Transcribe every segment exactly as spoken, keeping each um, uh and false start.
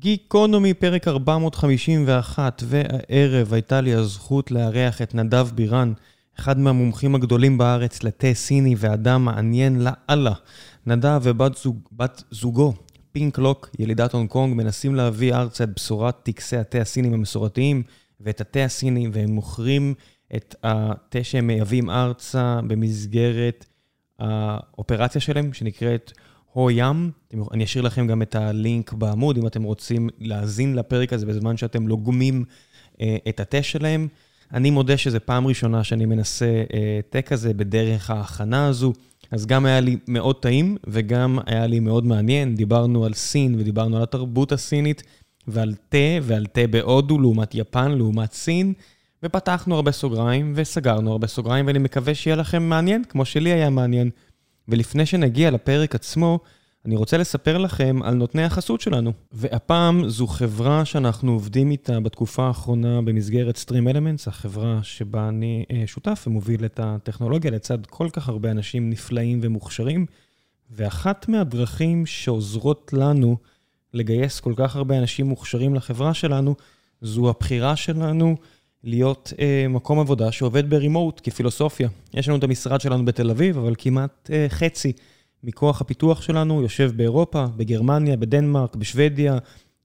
גיקונומי, פרק ארבע מאות חמישים ואחת, והערב הייתה לי הזכות לארח את נדב בירן, אחד מהמומחים הגדולים בארץ לתה סיני ואדם מעניין לאללה. נדב ובת זוג, בת זוגו, פינק לוק, ילידת הונג קונג, מנסים להביא ארצה את בשורת טקסי התה הסינים המסורתיים ואת התה הסיני, והם מוכרים את התה שהם מייבאים ארצה במסגרת האופרציה שלהם, שנקראת הו ים. אני אשאיר לכם גם את הלינק בעמוד, אם אתם רוצים להזין לפרק הזה בזמן שאתם לוגמים את התה שלהם. אני מודה שזה פעם ראשונה שאני מנסה תה כזה בדרך ההכנה הזו, אז גם היה לי מאוד טעים וגם היה לי מאוד מעניין. דיברנו על סין ודיברנו על התרבות הסינית ועל תה ועל תה בהודו לעומת יפן, לעומת סין, ופתחנו הרבה סוגריים וסגרנו הרבה סוגריים, ואני מקווה שיהיה לכם מעניין, כמו שלי היה מעניין. ולפני שנגיע לפרק עצמו, אני רוצה לספר לכם על נותני החסות שלנו. והפעם זו חברה שאנחנו עובדים איתה בתקופה האחרונה במסגרת Stream Elements, החברה שבה אני שותף ומוביל את הטכנולוגיה לצד כל כך הרבה אנשים נפלאים ומוכשרים. ואחת מהדרכים שעוזרות לנו לגייס כל כך הרבה אנשים מוכשרים לחברה שלנו, זו הבחירה שלנו להיות אה, מקום עבודה שעובד ברימוט כפילוסופיה. יש לנו את המשרד שלנו בתל אביב, אבל כמעט אה, חצי מכוח הפיתוח שלנו יושב באירופה, בגרמניה, בדנמרק, בשוודיה,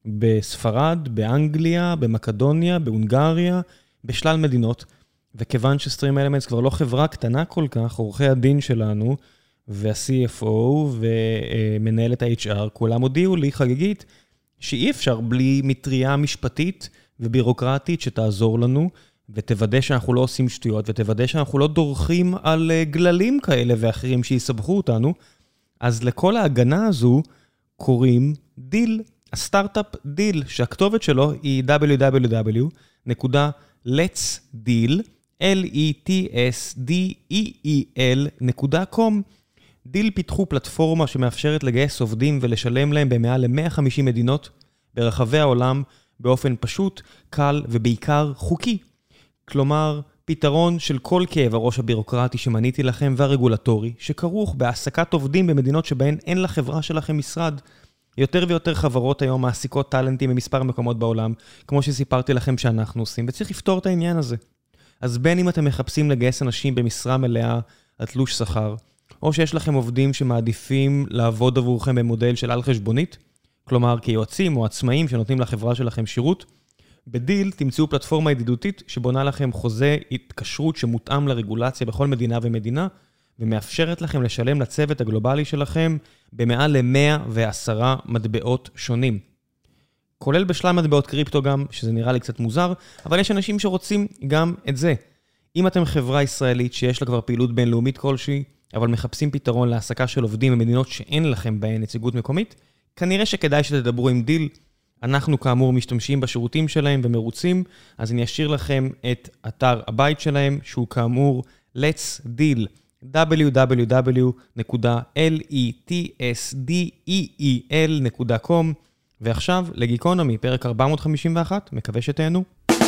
בספרד, באנגליה, במקדוניה, בהונגריה, בשלל מדינות. וכיוון שסטרים אלמנטס כבר לא חברה קטנה כל כך, עורכי הדין שלנו וה-סי אף או ומנהלת ה-אייץ' אר, כולם הודיעו לי חגיגית שאי אפשר בלי מטריה משפטית ובירוקרטית שתעזור לנו, ותוודא שאנחנו לא עושים שטויות, ותוודא שאנחנו לא דורכים על גללים כאלה ואחרים שיסבכו אותנו. אז לכל ההגנה הזו קוראים דיל, הסטארט-אפ דיל, שהכתובת שלו היא דאבליו דאבליו דאבליו נקודה לטס דיל נקודה קום. דיל פיתחו פלטפורמה שמאפשרת לגייס עובדים ולשלם להם במעל ל-מאה וחמישים מדינות ברחבי העולם, באופן פשוט, קל ובעיקר חוקי. כלומר, פתרון של כל כאב הראש הבירוקרטי שמניתי לכם והרגולטורי, שכרוך בהעסקת עובדים במדינות שבהן אין לחברה שלכם משרד. יותר ויותר חברות היום מעסיקות טלנטים במספר מקומות בעולם, כמו שסיפרתי לכם שאנחנו עושים, וצריך לפתור את העניין הזה. אז בין אם אתם מחפשים לגייס אנשים במשרה מלאה על תלוש שכר, או שיש לכם עובדים שמעדיפים לעבוד עבורכם במודל של על חשבונית, כלומר כיועצים או עצמאים שנותנים לחברה שלכם שירות, בדיל תמצאו פלטפורמה ידידותית שבונה לכם חוזה התקשרות שמותאם לרגולציה בכל מדינה ומדינה, ומאפשרת לכם לשלם לצוות הגלובלי שלכם במעל ל-מאה ועשרה מטבעות שונים. כולל בשלל מטבעות קריפטו גם, שזה נראה לי קצת מוזר, אבל יש אנשים שרוצים גם את זה. אם אתם חברה ישראלית שיש לה כבר פעילות בינלאומית כלשהי, אבל מחפשים פתרון להעסקה של עובדים במדינות שאין לכם בהן נציגות מקומית, כנראה שכדאי שתדברו עם דיל. אנחנו כאמור משתמשים בשירותים שלהם ומרוצים, אז אני אשאיר לכם את אתר הבית שלהם, שהוא כאמור לטס דיל, דאבליו דאבליו דאבליו נקודה לטס דיל נקודה קום. ועכשיו לגיקונומי, פרק ארבע מאות חמישים ואחת, מקווה שתהנו.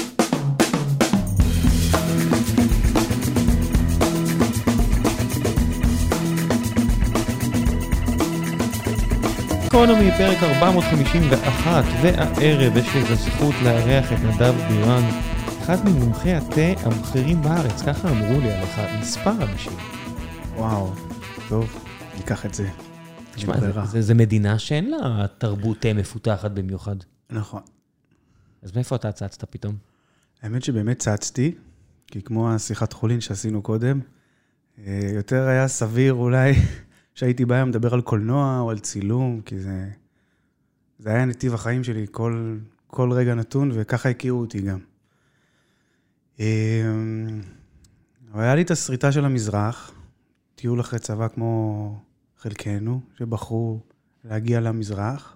גיקונומי, פרק ארבע מאות חמישים ואחת, והערב יש לי זכות לארח את נדב בירן, אחד ממומחי התה המוכרים בארץ, ככה אמרו לי עליך מספר אנשים. וואו, טוב, ניקח את זה. תשמע, זה, זה, זה מדינה שאין לה תרבות תה מפותחת במיוחד. נכון. אז מאיפה אתה צצת פתאום? האמת שבאמת צצתי, כי כמו השיחת חולין שעשינו קודם, יותר היה סביר אולי שהייתי בהם מדבר על קולנוע או על צילום, כי זה, זה היה נתיב החיים שלי כל, כל רגע נתון, וככה הכירו אותי גם. אבל היה לי את הסריטה של המזרח, טיול אחרי צבא כמו חלקנו, שבחרו להגיע למזרח,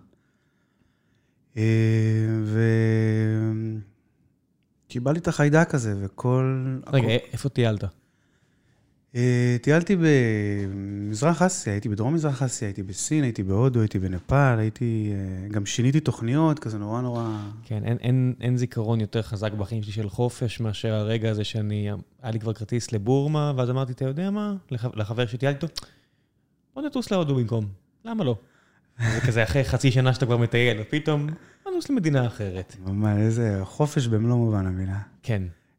וקיבלתי את החיידק הזה, וכל... רגע, איפה טיילת? טיילתי במזרח אסיה, הייתי בדרום מזרח אסיה, הייתי בסין, הייתי בהודו, הייתי בנפאל, הייתי... גם שיניתי תוכניות, כזה נורא נורא... כן, אין, אין, אין זיכרון יותר חזק בחיים שלי של חופש, מאשר הרגע הזה שאני... היה לי כבר כרטיס לבורמה, ואז אמרתי, אתה יודע מה? לחבר שטיילתי אותו, בוא נטוס להודו במקום. למה לא? זה כזה אחרי חצי שנה שאתה כבר מטייל, ופתאום, בוא לנוס למדינה אחרת. ממש, איזה חופש במלוא מובן המילה. כן.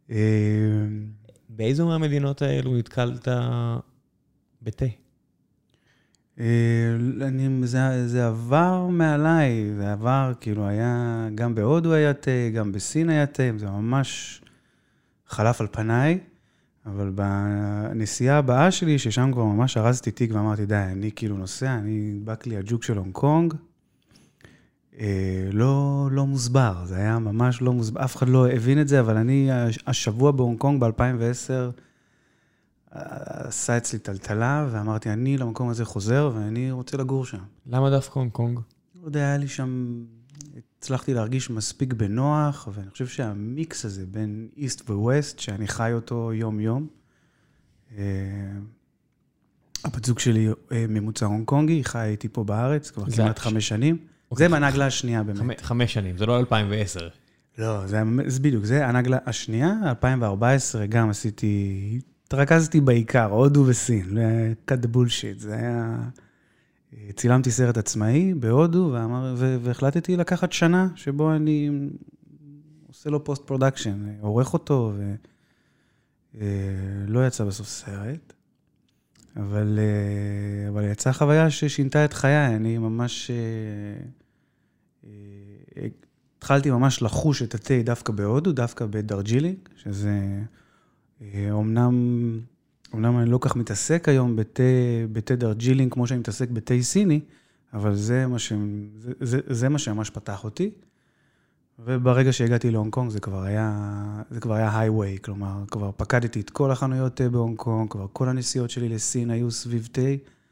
באיזו מהמדינות האלו נתקלת בתה? זה, זה עבר מעליי, זה עבר, כאילו היה, גם בהודו היה תה, גם בסין היה תה, זה ממש חלף על פניי, אבל בנסיעה הבאה שלי, ששם כבר ממש הרזתי תיק ואמרתי, די, אני כאילו נוסע, אני נדבק לי הג'וק של הונג קונג, לא, לא מוסבר, זה היה ממש לא מוסבר, אף אחד לא הבין את זה, אבל אני השבוע בהונג קונג ב-אלפיים ועשר, עשה אצלי טלטלה, ואמרתי, אני למקום הזה חוזר, ואני רוצה לגור שם. למה דווקא הונג קונג? לא יודע, היה לי שם, הצלחתי להרגיש מספיק בנוח, ואני חושב שהמיקס הזה בין איסט וווסט, שאני חי אותו יום-יום, הבת זוג שלי ממוצא הונג קונגי, היא חי איתי פה בארץ, כבר כמעט חמש שנים. זה מהנגלה השנייה באמת. חמש שנים, זה לא אלפיים ועשר. לא, זה בדיוק, זה הנגלה השנייה, אלפיים וארבע עשרה גם עשיתי... התרכזתי בעיקר, הודו וסין, cut the bullshit, זה היה... צילמתי סרט עצמאי בהודו, ואמר, ו- והחלטתי לקחת שנה, שבו אני עושה לו פוסט פרודקשן, עורך אותו, ולא יצא בסוף סרט, אבל, אבל יצאה חוויה ששינתה את חיי, אני ממש... התחלתי ממש לחוש את התה דווקא בהודו, דווקא בדרג'ילינג, שזה... אמנם, אמנם אני לא כך מתעסק היום בתה, בתה דרג'ילינג, כמו שאני מתעסק בתה סיני, אבל זה מה, ש, זה, זה, זה מה שממש פתח אותי. וברגע שהגעתי להונג קונג, זה כבר היה, זה כבר היה היי-ווי, כלומר, כבר פקדתי את כל החנויות תה בהונג קונג, כבר כל הנסיעות שלי לסין היו סביב תה,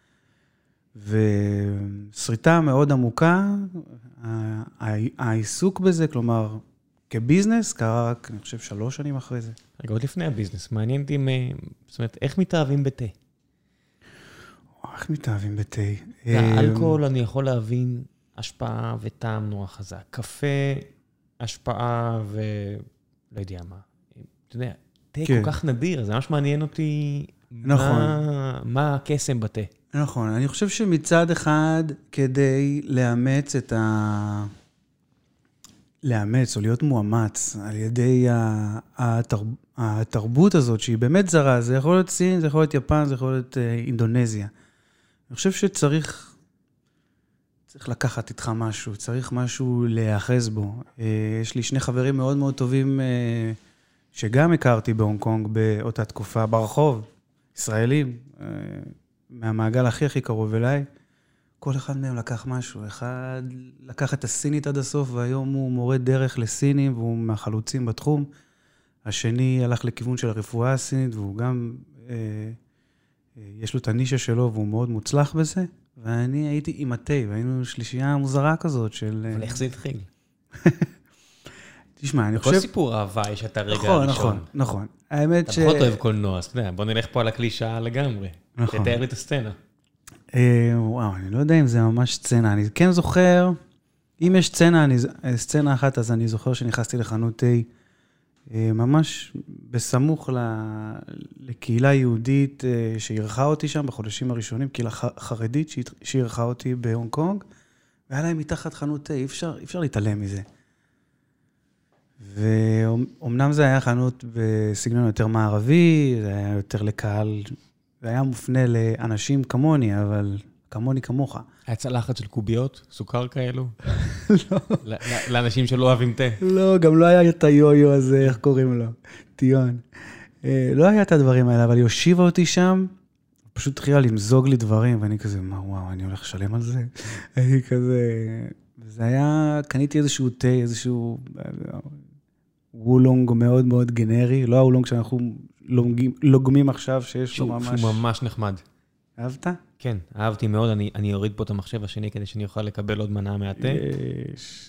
וסריטה מאוד עמוקה, העיסוק בזה, כלומר, כביזנס, קרה רק, אני חושב, שלוש שנים אחרי זה. רגע, עוד לפני הביזנס, מעניין אותי, זאת אומרת, איך מתאהבים בתה? איך מתאהבים בתה? האלכוהול, אני יכול להבין השפעה וטעם נורא חזק. קפה, השפעה ו... לא יודע מה. אתה יודע, תה כל כך נדיר, זה ממש מעניין אותי מה הקסם בתה. נכון, אני חושב שמצד אחד, כדי לאמץ את ה... לאמץ או להיות מואמץ על ידי התרב... התרבות הזאת, שהיא באמת זרה, זה יכול להיות סין, זה יכול להיות יפן, זה יכול להיות אינדונזיה. אני חושב שצריך צריך לקחת איתך משהו, צריך משהו להיאחז בו. יש לי שני חברים מאוד מאוד טובים, שגם הכרתי בהונג קונג באותה תקופה, ברחוב, ישראלים, מהמעגל הכי הכי קרוב אליי, כל אחד מהם לקח משהו, אחד לקח את הסינית עד הסוף, והיום הוא מורה דרך לסינים, והוא מהחלוצים בתחום. השני הלך לכיוון של הרפואה הסינית, והוא גם, אה, אה, יש לו את הנישה שלו, והוא מאוד מוצלח בזה. ואני הייתי עם התה, והיינו שלישייה מוזרה כזאת של... אבל איך זה התחיל? תשמע, אני חושב... כל סיפור אהבה יש את הרגע הראשון. נכון, נכון, נכון. האמת ש... אתה פחות אוהב קולנוע, אז בוא נלך פה על הקלישה לגמרי. נכון. תתאר לי את הסצנה. וואו, אני לא יודע אם זה ממש סצנה. אני כן זוכר, אם יש סצנה, אני, סצנה אחת, אז אני זוכר שנכנסתי לחנות תה, ממש בסמוך לקהילה יהודית שערכה אותי שם בחודשים הראשונים, קהילה חרדית שערכה אותי בהונג קונג, והיה להם מתחת חנות תה, אי אפשר, אי אפשר להתעלם מזה. ואומנם זה היה חנות בסגנון יותר מערבי, זה היה יותר לקהל, זה היה מופנה לאנשים כמוני, אבל כמוני כמוך. היה צלחת של קוביות, סוכר כאלו? לא. לאנשים שלא אוהבים תה? לא, גם לא היה את היו-יו הזה, איך קוראים לו? טיון. לא היה את הדברים האלה, אבל היא הושיבה אותי שם, פשוט התחילה למזוג לי דברים, ואני כזה, מה, וואו, אני הולך לשלם על זה? אני כזה... זה היה, קניתי איזשהו תה, איזשהו וולונג מאוד מאוד גנרי, לא הוולונג שאנחנו לוגמים עכשיו, שיש לו ממש... שהוא ממש נחמד. אהבת? כן, אהבתי מאוד, אני, אני אוריד פה את המחשב השני, כדי שאני אוכל לקבל עוד מנה מהתה. יש.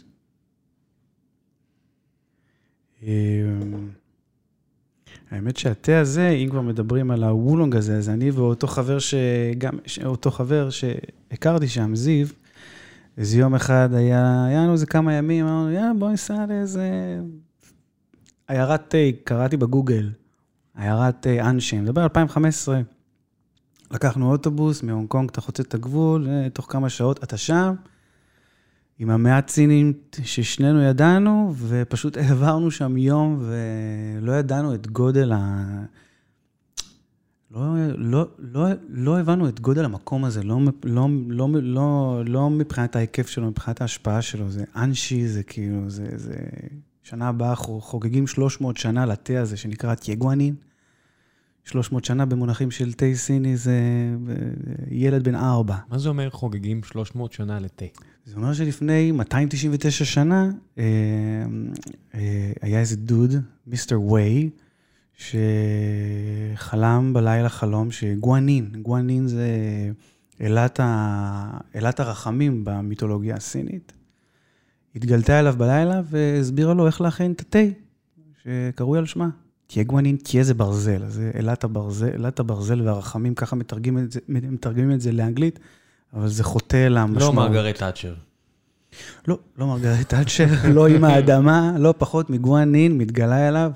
האמת שהתה הזה, אם כבר מדברים על הוולונג הזה, אז אני ואותו חבר שגם, אותו חבר שהכרתי שם, זיו, אז יום אחד היה, היה לנו איזה כמה ימים, אמרנו, יא, בוא ניסע לאיזה... עיירת תה, קראתי בגוגל, עיירת תה אנשם, מדבר אלפיים וחמש עשרה. לקחנו אוטובוס מהונג קונג, אתה חוצה את הגבול, תוך כמה שעות אתה שם, עם המעט צינית ששנינו ידענו, ופשוט העברנו שם יום, ולא ידענו את גודל ה... לא, לא, לא, לא הבנו את גודל המקום הזה, לא, לא, לא, לא, לא מבחינת ההיקף שלו, מבחינת ההשפעה שלו, זה אנשי, זה כאילו, זה, זה... שנה הבאה חוגגים שלוש מאות שנה לתה הזה, שנקרא תיגואנין. שלוש מאות שנה במונחים של תה סיני, זה ילד בן ארבע. מה זה אומר חוגגים שלוש מאות שנה לתה? זה אומר שלפני מאתיים תשעים ותשע שנה, אה, אה, היה איזה דוד, מיסטר ווי, שחלם בלילה חלום שגואנין, גואנין זה אלת, ה, אלת הרחמים במיתולוגיה הסינית. התגלתה אליו בלילה והסבירה לו איך להכין את התה, שקראו על שמה. תהיה גואנין, תהיה זה ברזל. זה אלת הברזל, אלת הברזל והרחמים, ככה מתרגמים את זה, מתרגמים את זה לאנגלית, אבל זה חוטא למשמעות. לא מרגרט תאצ'ר. לא, לא מרגרט תאצ'ר, לא עם האדמה, לא פחות מגואנין, מתגלה אליו.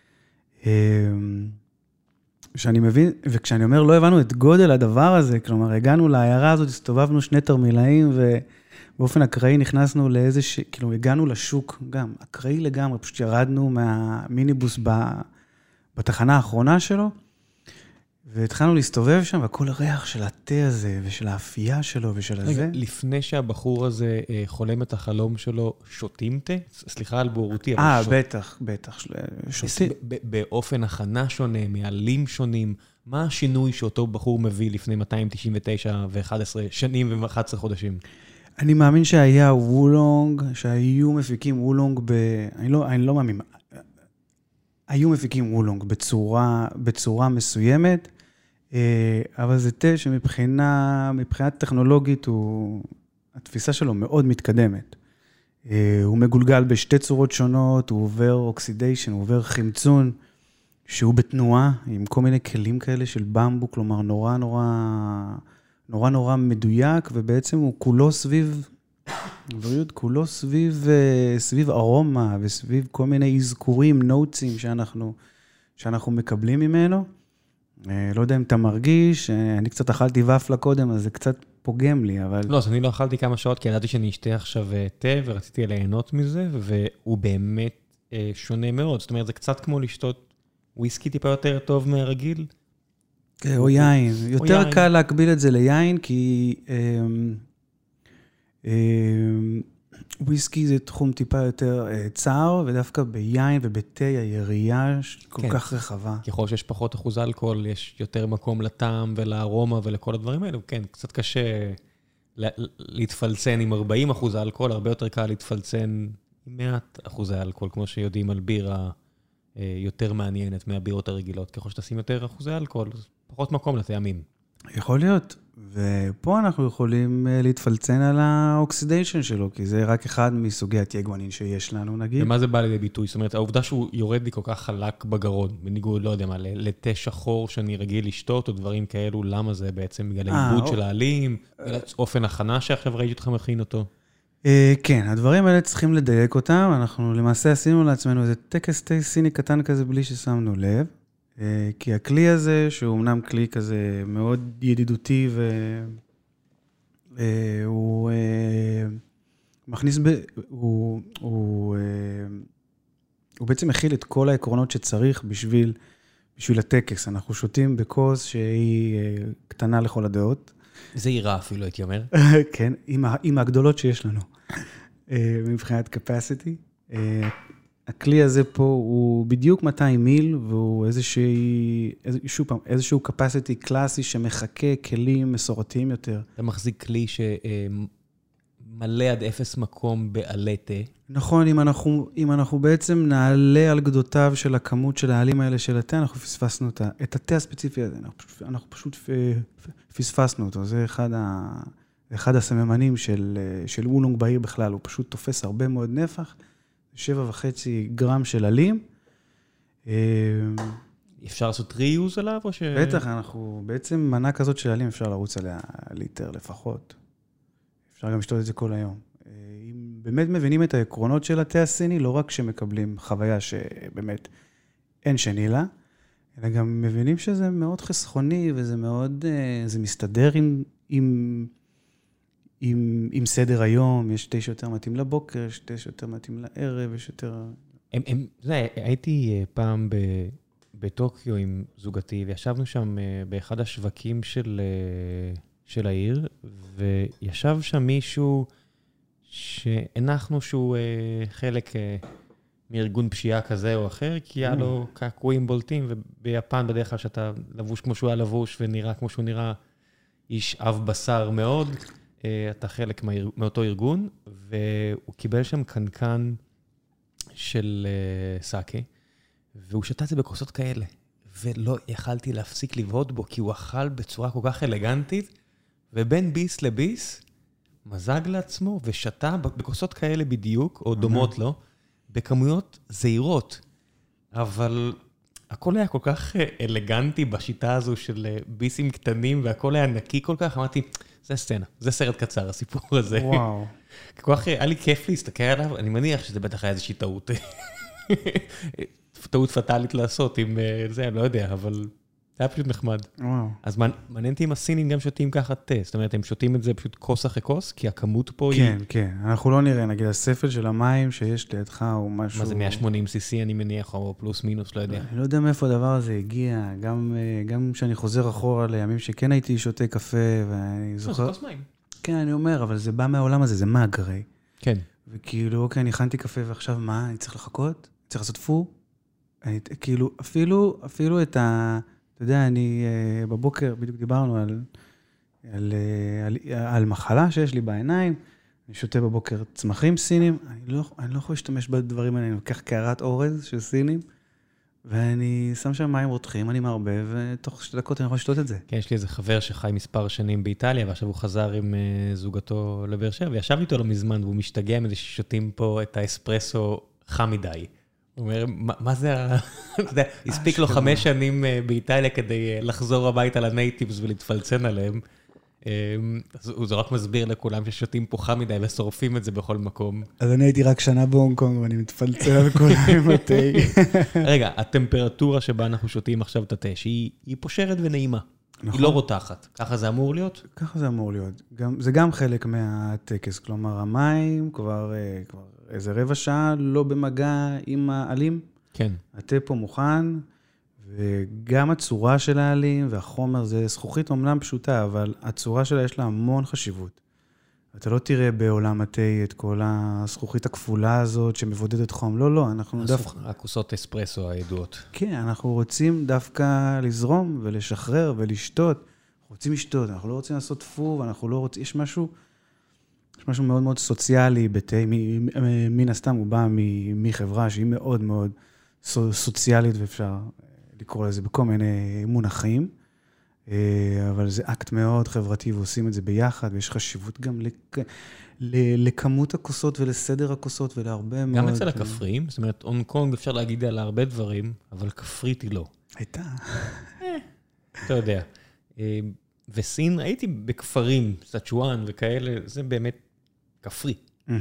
שאני מבין, וכשאני אומר, לא הבנו את גודל הדבר הזה, כלומר, הגענו לעיירה הזאת, הסתובבנו שני תרמילאים, ובאופן אקראי נכנסנו לאיזה, ש... כאילו, הגענו לשוק גם, אקראי לגמרי, פשוט ירדנו מהמיניבוס ב... בתחנה האחרונה שלו, והתחלנו להסתובב שם, וכל הריח של התה הזה, ושל האפייה שלו, ושל רגע, הזה. לפני שהבחור הזה חולם את החלום שלו, שותים תה? סליחה על בורותי. אה, בטח, בטח, שותים. באופן הכנה שונה, מעלים שונים, מה השינוי שאותו בחור מביא לפני מאתיים תשעים ותשע ו-אחת עשרה שנים ו-אחד עשר חודשים? אני מאמין שהיה וולונג, שהיו מפיקים וולונג ב... אני לא, אני לא מאמין. היו מפיקים וולונג בצורה, בצורה מסוימת, אבל זה תה שמבחינה, מבחינה טכנולוגית, הוא, התפיסה שלו מאוד מתקדמת. הוא מגולגל בשתי צורות שונות, הוא עובר אוקסידיישן, הוא עובר חמצון, שהוא בתנועה, עם כל מיני כלים כאלה של במבו, כלומר נורא נורא, נורא נורא מדויק, ובעצם הוא כולו סביב, כולו סביב, סביב ארומה, וסביב כל מיני אזכורים, נוטסים שאנחנו, שאנחנו מקבלים ממנו. לא יודע אם אתה מרגיש, אני קצת אכלתי ופלה קודם, אז זה קצת פוגם לי, אבל... לא, אז אני לא אכלתי כמה שעות, כי ידעתי שאני אשתה עכשיו תה, ורציתי ליהנות מזה, והוא באמת שונה מאוד. זאת אומרת, זה קצת כמו לשתות וויסקי טיפה יותר טוב מהרגיל. או יין. יותר קל להקביל את זה ליין, כי וויסקי זה תחום טיפה יותר צער, ודווקא ביין ובתה היריעה כל כך רחבה. ככל שיש פחות אחוז אלכוהול, יש יותר מקום לטעם ולארומה ולכל הדברים האלו. כן, קצת קשה להתפלצן עם ארבעים אחוז אלכוהול, הרבה יותר קל להתפלצן עם מעט אחוז אלכוהול, כמו שיודעים על בירה יותר מעניינת מהבירות הרגילות. ככל שתשים יותר אחוזי אלכוהול, פחות מקום לטעמים. יכול להיות. ופה אנחנו יכולים להתפלצן על האוקסידיישן שלו, כי זה רק אחד מסוגי התיגואנין שיש לנו, נגיד. ומה זה בא לידי ביטוי? זאת אומרת, העובדה שהוא יורד לי כל כך חלק בגרון, בניגוד, לא יודע מה, לתה שחור שאני רגיל לשתות, או דברים כאלו, למה זה בעצם בגלל העיבוד של העלים, אופן הכנה שעכשיו ראיתי אותך מכין אותו? כן, הדברים האלה צריכים לדייק אותם, אנחנו למעשה עשינו לעצמנו איזה טקס תה סיני קטן כזה בלי ששמנו לב, כי הכלי הזה, שהוא אמנם כלי כזה מאוד ידידותי, והוא מכניס, ב... הוא, הוא, הוא בעצם מכיל את כל העקרונות שצריך בשביל, בשביל הטקס. אנחנו שותים בכוס שהיא קטנה לכל הדעות. זה עירה אפילו, הייתי אומר. כן, עם, עם הגדולות שיש לנו, מבחינת capacity. הכלי הזה פה הוא בדיוק מאתיים מיל, והוא איזשהו, איזשהו, איזשהו capacity קלאסי שמחכה כלים מסורתיים יותר. אתה מחזיק כלי שמלא עד אפס מקום בעלי תה. נכון, אם אנחנו, אם אנחנו בעצם נעלה על גדותיו של הכמות של העלים האלה של התה, אנחנו פספסנו אותה. את התה הספציפי הזה, אנחנו פשוט, אנחנו פשוט פספסנו אותו. זה אחד, ה, אחד הסממנים של, של וולונג בעיר בכלל. הוא פשוט תופס הרבה מאוד נפח. שבע וחצי גרם של עלים. אפשר לעשות ריוז עליו או ש... בטח, אנחנו בעצם מנה כזאת של עלים אפשר לרוץ עליה ליטר לפחות. אפשר גם לשתות את זה כל היום. אם באמת מבינים את העקרונות של התה הסיני, לא רק שמקבלים חוויה שבאמת אין שני לה, אלא גם מבינים שזה מאוד חסכוני וזה מאוד, זה מסתדר עם, עם, עם, עם סדר היום, יש תה שיותר מתאים לבוקר, יש תה שיותר מתאים לערב, יש יותר... הם, הם, זה, הייתי פעם ב, בטוקיו עם זוגתי, וישבנו שם באחד השווקים של, של העיר, וישב שם מישהו שהנחנו שהוא חלק מארגון פשיעה כזה או אחר, כי היה לו קעקועים בולטים, וביפן בדרך כלל שאתה לבוש כמו שהוא היה לבוש, ונראה כמו שהוא נראה איש אב בשר מאוד, אתה חלק מאותו ארגון, והוא קיבל שם קנקן של סאקי, והוא שתה את זה בכוסות כאלה, ולא יכלתי להפסיק לבהות בו, כי הוא אכל בצורה כל כך אלגנטית, ובין ביס לביס, מזג לעצמו ושתה בכוסות כאלה בדיוק, או דומות לו, בכמויות זהירות. אבל הכל היה כל כך אלגנטי בשיטה הזו של ביסים קטנים, והכל היה נקי כל כך, אמרתי, זה סצנה, זה סרט קצר, הסיפור הזה. וואו. כל כך היה לי כיף להסתכל עליו, אני מניח שזה בטח היה איזושהי טעות. טעות פטאלית לעשות עם זה, אני לא יודע, אבל זה היה פשוט נחמד. וואו. אז מעניין אותי אם הסינים גם שותים ככה תה, זאת אומרת, הם שותים את זה פשוט כוס אחרי כוס, כי הכמות פה היא... כן, כן, אנחנו לא נראה, נגיד, הספל של המים שיש לידך הוא משהו... מה זה, מאה ושמונים סי סי אני מניח, או פלוס מינוס, לא יודע. אני לא יודע מאיפה הדבר הזה הגיע, גם, גם כשאני חוזר אחורה לימים שכן הייתי שותה קפה, ואני זוכר... זה כוס מים. כן, אני אומר, אבל זה בא מהעולם הזה, זה מאג הרי. כן. וכאילו, אוקיי, אני הכנתי קפה, ועכשיו מה? אני צריך לחכות? צריך לעשות פו? אני, כאילו, אפילו, אפילו את ה... אתה יודע, אני בבוקר, בדיוק דיברנו על, על, על, על מחלה שיש לי בעיניים, אני שותה בבוקר צמחים סינים, אני לא, אני לא יכול להשתמש בדברים האלה, אני לוקח קערת אורז של סינים, ואני שם שם מים רותחים, אני מרבה, ותוך שתי דקות אני יכול לשתות את זה. כן, יש לי איזה חבר שחי מספר שנים באיטליה, ועכשיו הוא חזר עם זוגתו לבאר שבע, וישב איתו לא מזמן, והוא משתגע מזה ששותים פה את האספרסו חם מדי. הוא אומר, מה זה, אתה יודע, הספיק לו חמש שנים באיטליה כדי לחזור הביתה לנייטיבס ולהתפלצן עליהם. אז הוא רק מסביר לכולם ששותים פה חם מדי ושורפים את זה בכל מקום. אז אני הייתי רק שנה בהונג קונג ואני מתפלצן על כל עם התה. רגע, הטמפרטורה שבה אנחנו שותים עכשיו את התה, שהיא פושרת ונעימה. היא לא רותחת. ככה זה אמור להיות? ככה זה אמור להיות. זה גם חלק מהטקס, כלומר המים כבר איזה רבע שעה לא במגע עם העלים. כן. התה פה מוכן, וגם הצורה של העלים והחומר זה זכוכית אומנם פשוטה, אבל הצורה שלה יש לה המון חשיבות. אתה לא תראה בעולם התה את כל הזכוכית הכפולה הזאת שמבודדת חום. לא, לא, אנחנו דווקא... הכוסות אספרסו הידועות. כן, אנחנו רוצים דווקא לזרום ולשחרר ולשתות. אנחנו רוצים לשתות, אנחנו לא רוצים לעשות פו, ואנחנו לא רוצים... יש משהו... יש משהו מאוד מאוד סוציאלי בתה, מן הסתם הוא בא מחברה שהיא מאוד מאוד סוציאלית, ואפשר לקרוא לזה בכל מיני מונחים, אבל זה אקט מאוד חברתי, ועושים את זה ביחד, ויש חשיבות גם לכמות הכוסות ולסדר הכוסות ולהרבה מאוד... גם אצל הכפריים, זאת אומרת, הונג קונג אפשר להגיד על הרבה דברים, אבל כפרית היא לא. הייתה. אתה יודע. וסין, הייתי בכפרים, סצ'ואן וכאלה, זה באמת כפרי.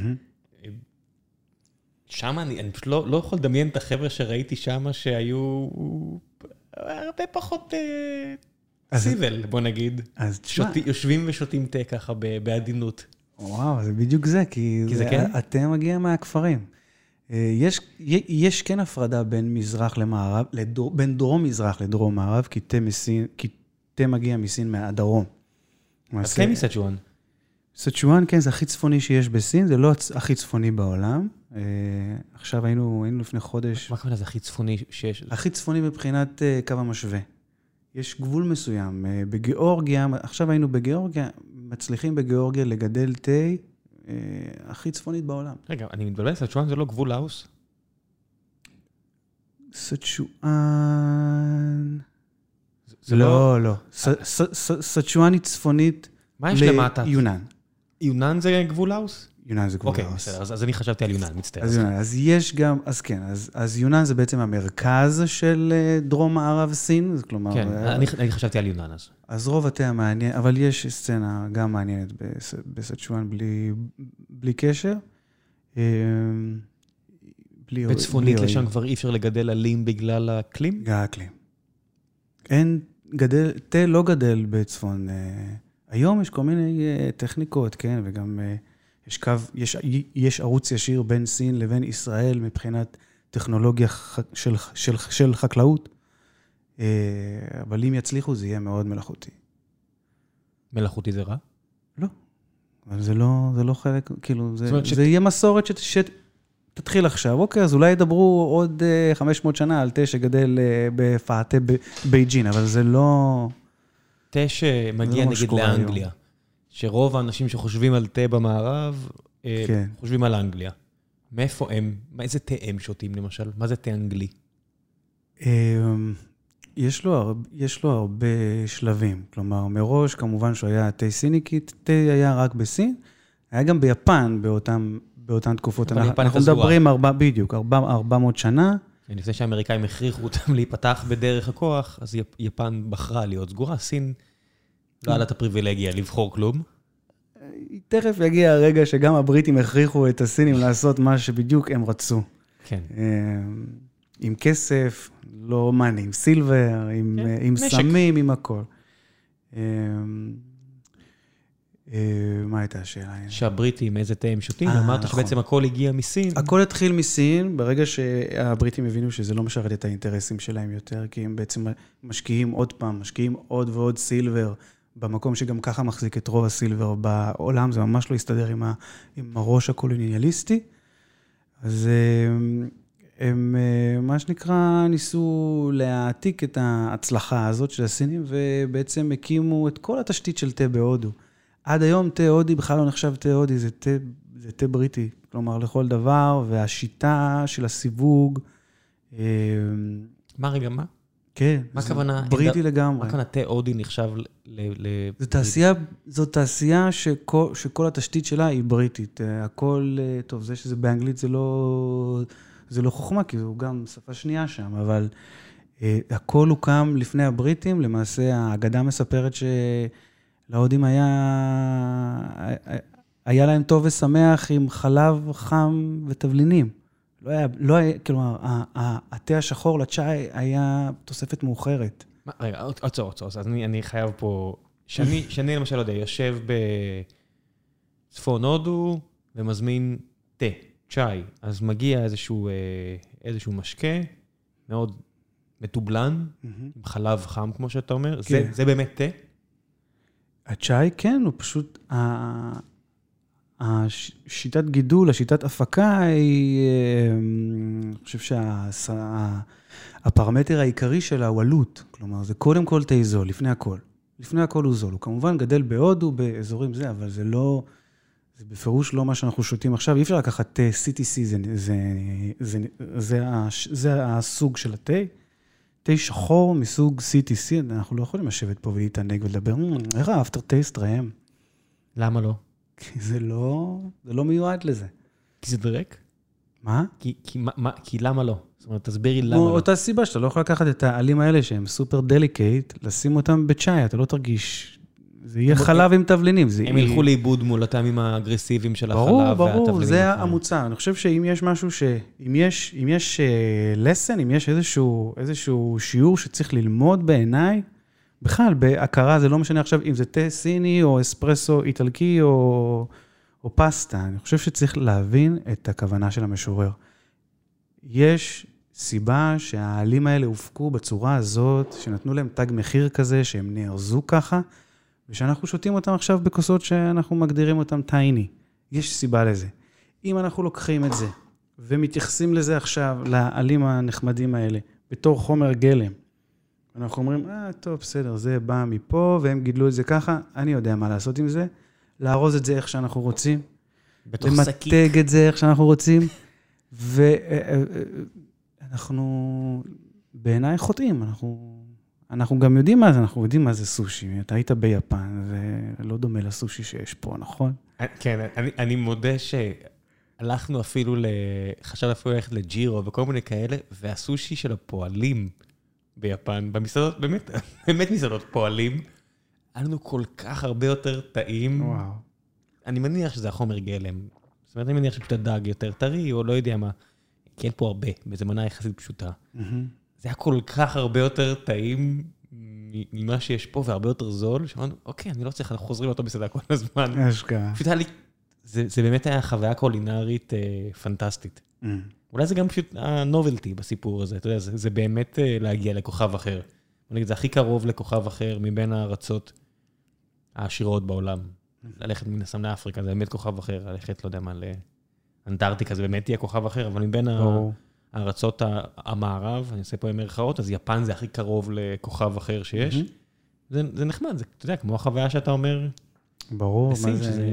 שם אני, אני פשוט לא, לא יכול לדמיין את החבר'ה שראיתי שם, שהיו הרבה פחות אה, סיבל, בוא נגיד. אז שותי, יושבים ושותים תה ככה בעדינות. וואו, זה בדיוק זה, כי, כי זה, זה כן? התה מגיע מהכפרים. יש, יש כן הפרדה בין מזרח למערב, לדור, בין דרום מזרח לדרום מערב, כי תה מסין, כי תה מגיע מסין מהדרום. אז כן מסצ'ואן. סצ'ואן, כן, זה הכי צפוני שיש בסין, זה לא הכי צפוני בעולם. עכשיו היינו, היינו לפני חודש... מה כמובן זה הכי צפוני שיש? הכי צפוני מבחינת קו המשווה. יש גבול מסוים. בגיאורגיה, עכשיו היינו בגיאורגיה, מצליחים בגיאורגיה לגדל תה הכי צפונית בעולם. רגע, אני מתבלבל, סצ'ואן זה לא גבול לאוס? סצ'ואן... לא, לא. סצ'ואן היא צפונית ליונן. יונן זה גבול לאוס? יונן זה גבול לאוס. אוקיי, בסדר, אז אני חשבתי על יונן, מצטער. אז יש גם, אז כן, אז יונן זה בעצם המרכז של דרום מערב סין, כלומר... כן, אני חשבתי על יונן אז. אז רוב התה מעניין, אבל יש סצנה גם מעניינת בסצ'ואן בלי קשר. בצפונית לשם כבר אי אפשר לגדל עלים בגלל האקלים? בגלל האקלים. אין גדל, תה לא גדל בצפון היום יש כל מיני טכניקות, כן, וגם יש קו, יש, יש ערוץ ישיר בין סין לבין ישראל מבחינת טכנולוגיה של, של, של חקלאות, אבל אם יצליחו זה יהיה מאוד מלאכותי. מלאכותי זה רע? לא. אבל זה לא, זה לא חלק, כאילו, זה, זה שת... יהיה מסורת שת, שתתחיל עכשיו. אוקיי, אז אולי ידברו עוד חמש מאות שנה על תה שגדל בפאטה בייג'ין, אבל זה לא... תה שמגיע לא נגיד לאנגליה, היום. שרוב האנשים שחושבים על תה במערב, כן. חושבים על אנגליה. מאיפה הם? איזה תה הם שותים למשל? מה זה תה אנגלי? יש לו, יש לו הרבה שלבים. כלומר, מראש, כמובן שהוא היה תה סיני, כי תה היה רק בסין. היה גם ביפן באותם, באותן תקופות. אנחנו, אנחנו מדברים ארבע, בדיוק, ארבע, ארבע מאות שנה. לפני שהאמריקאים הכריחו אותם להיפתח בדרך הכוח, אז יפן בחרה להיות סגורה. סין לא היה לה את הפריבילגיה לבחור כלום. תכף יגיע הרגע שגם הבריטים הכריחו את הסינים לעשות מה שבדיוק הם רצו. כן. עם כסף, לא מאני, עם סילבר, עם, כן, עם סמים, עם הכל. מה הייתה השאלה? שהבריטים, איזה תה הם שותים? אמרת נכון. שבעצם הכל הגיע מסין. הכל התחיל מסין, ברגע שהבריטים הבינו שזה לא משרת את האינטרסים שלהם יותר, כי הם בעצם משקיעים עוד פעם, משקיעים עוד ועוד סילבר, במקום שגם ככה מחזיק את רוב הסילבר בעולם, זה ממש לא יסתדר עם, ה, עם הראש הקולוניאליסטי. אז הם, מה שנקרא, ניסו להעתיק את ההצלחה הזאת של הסינים, ובעצם הקימו את כל התשתית של תה בהודו. עד היום תה הודי בכלל לא נחשב תה הודי, זה תה, זה תה בריטי, כלומר לכל דבר, והשיטה של הסיווג. מה רגע, מה? כן, מה הכוונה? בריטי לגמרי. מה הכוונה תה הודי נחשב ל... זו תעשייה, זו תעשייה שכל, שכל התשתית שלה היא בריטית. הכל, טוב, זה שזה באנגלית זה לא, זה לא חוכמה, כי זו גם שפה שנייה שם, אבל הכל הוקם לפני הבריטים, למעשה האגדה מספרת ש... להודים היה, היה להם טוב ושמח עם חלב חם ותבלינים. לא היה, לא היה, כלומר, התה השחור לצ'אי היה תוספת מאוחרת. מה, רגע, עצור, עצור, אז אני, אני חייב פה, שאני, שאני למשל לא יודע, יושב בצפון הודו ומזמין תה, צ'אי, אז מגיע איזשהו, איזשהו משקה מאוד מטובלן, עם חלב חם, כמו שאתה אומר, זה, זה באמת תה? הצ'אי, כן, הוא פשוט, השיטת גידול, השיטת הפקה היא, אני חושב שהפרמטר העיקרי שלה הוא עלות. כלומר, זה קודם כל תה זול, לפני הכל. לפני הכל הוא זול. הוא כמובן גדל בהודו, באזורים זה, אבל זה לא, זה בפירוש לא מה שאנחנו שותים עכשיו. אי אפשר לקחת תה, סי טי סי, זה, זה, זה, זה, זה הסוג של התה. תה שחור מסוג סי טי סי, אנחנו לא יכולים לשבת פה ולהתענג ולדבר, איך האפטר טייסט רעם? למה לא? כי זה לא, זה לא מיועד לזה. כי זה דרק? מה? כי, כי, מה, כי למה לא? זאת אומרת, תסבירי למה לא. אותה סיבה שאתה לא יכול לקחת את העלים האלה שהם סופר דליקייט, לשים אותם בצ'אי, אתה לא תרגיש, זה יהיה חלב עם תבלינים. הם ילכו לאיבוד מול הטעמים האגרסיביים של החלב והתבלינים. ברור, ברור, זה המוצר. אני חושב שאם יש משהו ש... אם יש, אם יש lesson, אם יש איזשהו, איזשהו שיעור שצריך ללמוד בעיניי, בכלל, בהכרה זה לא משנה עכשיו אם זה תה סיני או אספרסו איטלקי או, או פסטה. אני חושב שצריך להבין את הכוונה של המשורר. יש סיבה שהעלים האלה הופקו בצורה הזאת, שנתנו להם תג מחיר כזה, שהם נארזו ככה, ושאנחנו שותים אותם עכשיו בכוסות שאנחנו מגדירים אותם טייני. יש סיבה לזה. אם אנחנו לוקחים את זה, ומתייחסים לזה עכשיו, לעלים הנחמדים האלה, בתור חומר גלם, אנחנו אומרים, אה, טוב, בסדר, זה בא מפה, והם גידלו את זה ככה, אני יודע מה לעשות עם זה, לארוז את זה איך שאנחנו רוצים, למתג את זה איך שאנחנו רוצים, ואנחנו בעיניי חוטאים, אנחנו... אנחנו גם יודעים מה זה, אנחנו יודעים מה זה סושי. אתה היית ביפן, זה לא דומה לסושי שיש פה, נכון? כן, אני, אני מודה שהלכנו אפילו, חשב אפילו ללכת לג'ירו וכל מיני כאלה, והסושי של הפועלים ביפן, במסעדות, באמת, באמת מסעדות פועלים, היה לנו כל כך הרבה יותר טעים. וואו. אני מניח שזה החומר גלם. זאת אומרת, אני מניח שפשוט הדג יותר טרי, או לא יודע מה. כי אין פה הרבה, וזו מנה יחסית פשוטה. זה היה כל כך הרבה יותר טעים ממה שיש פה, והרבה יותר זול, שאמרנו, אוקיי, אני לא צריך, אנחנו חוזרים אותו בסדר כל הזמן. אשכרה. פשוט היה לי, זה באמת היה חוויה קולינרית פנטסטית. אולי זה גם פשוט הנובלטי בסיפור הזה, אתה יודע, זה באמת להגיע לכוכב אחר. זה הכי קרוב לכוכב אחר מבין הארצות העשירות בעולם. ללכת מן הסתם לאפריקה, זה באמת כוכב אחר, ללכת, לא יודע מה, לאנטארקטיקה, זה באמת יהיה כוכב אחר, אבל מבין הארצות המערב, אני עושה פה במרכאות, אז יפן זה הכי קרוב לכוכב אחר שיש. זה נחמד, זה, אתה יודע, כמו החוויה שאתה אומר. ברור, מה זה...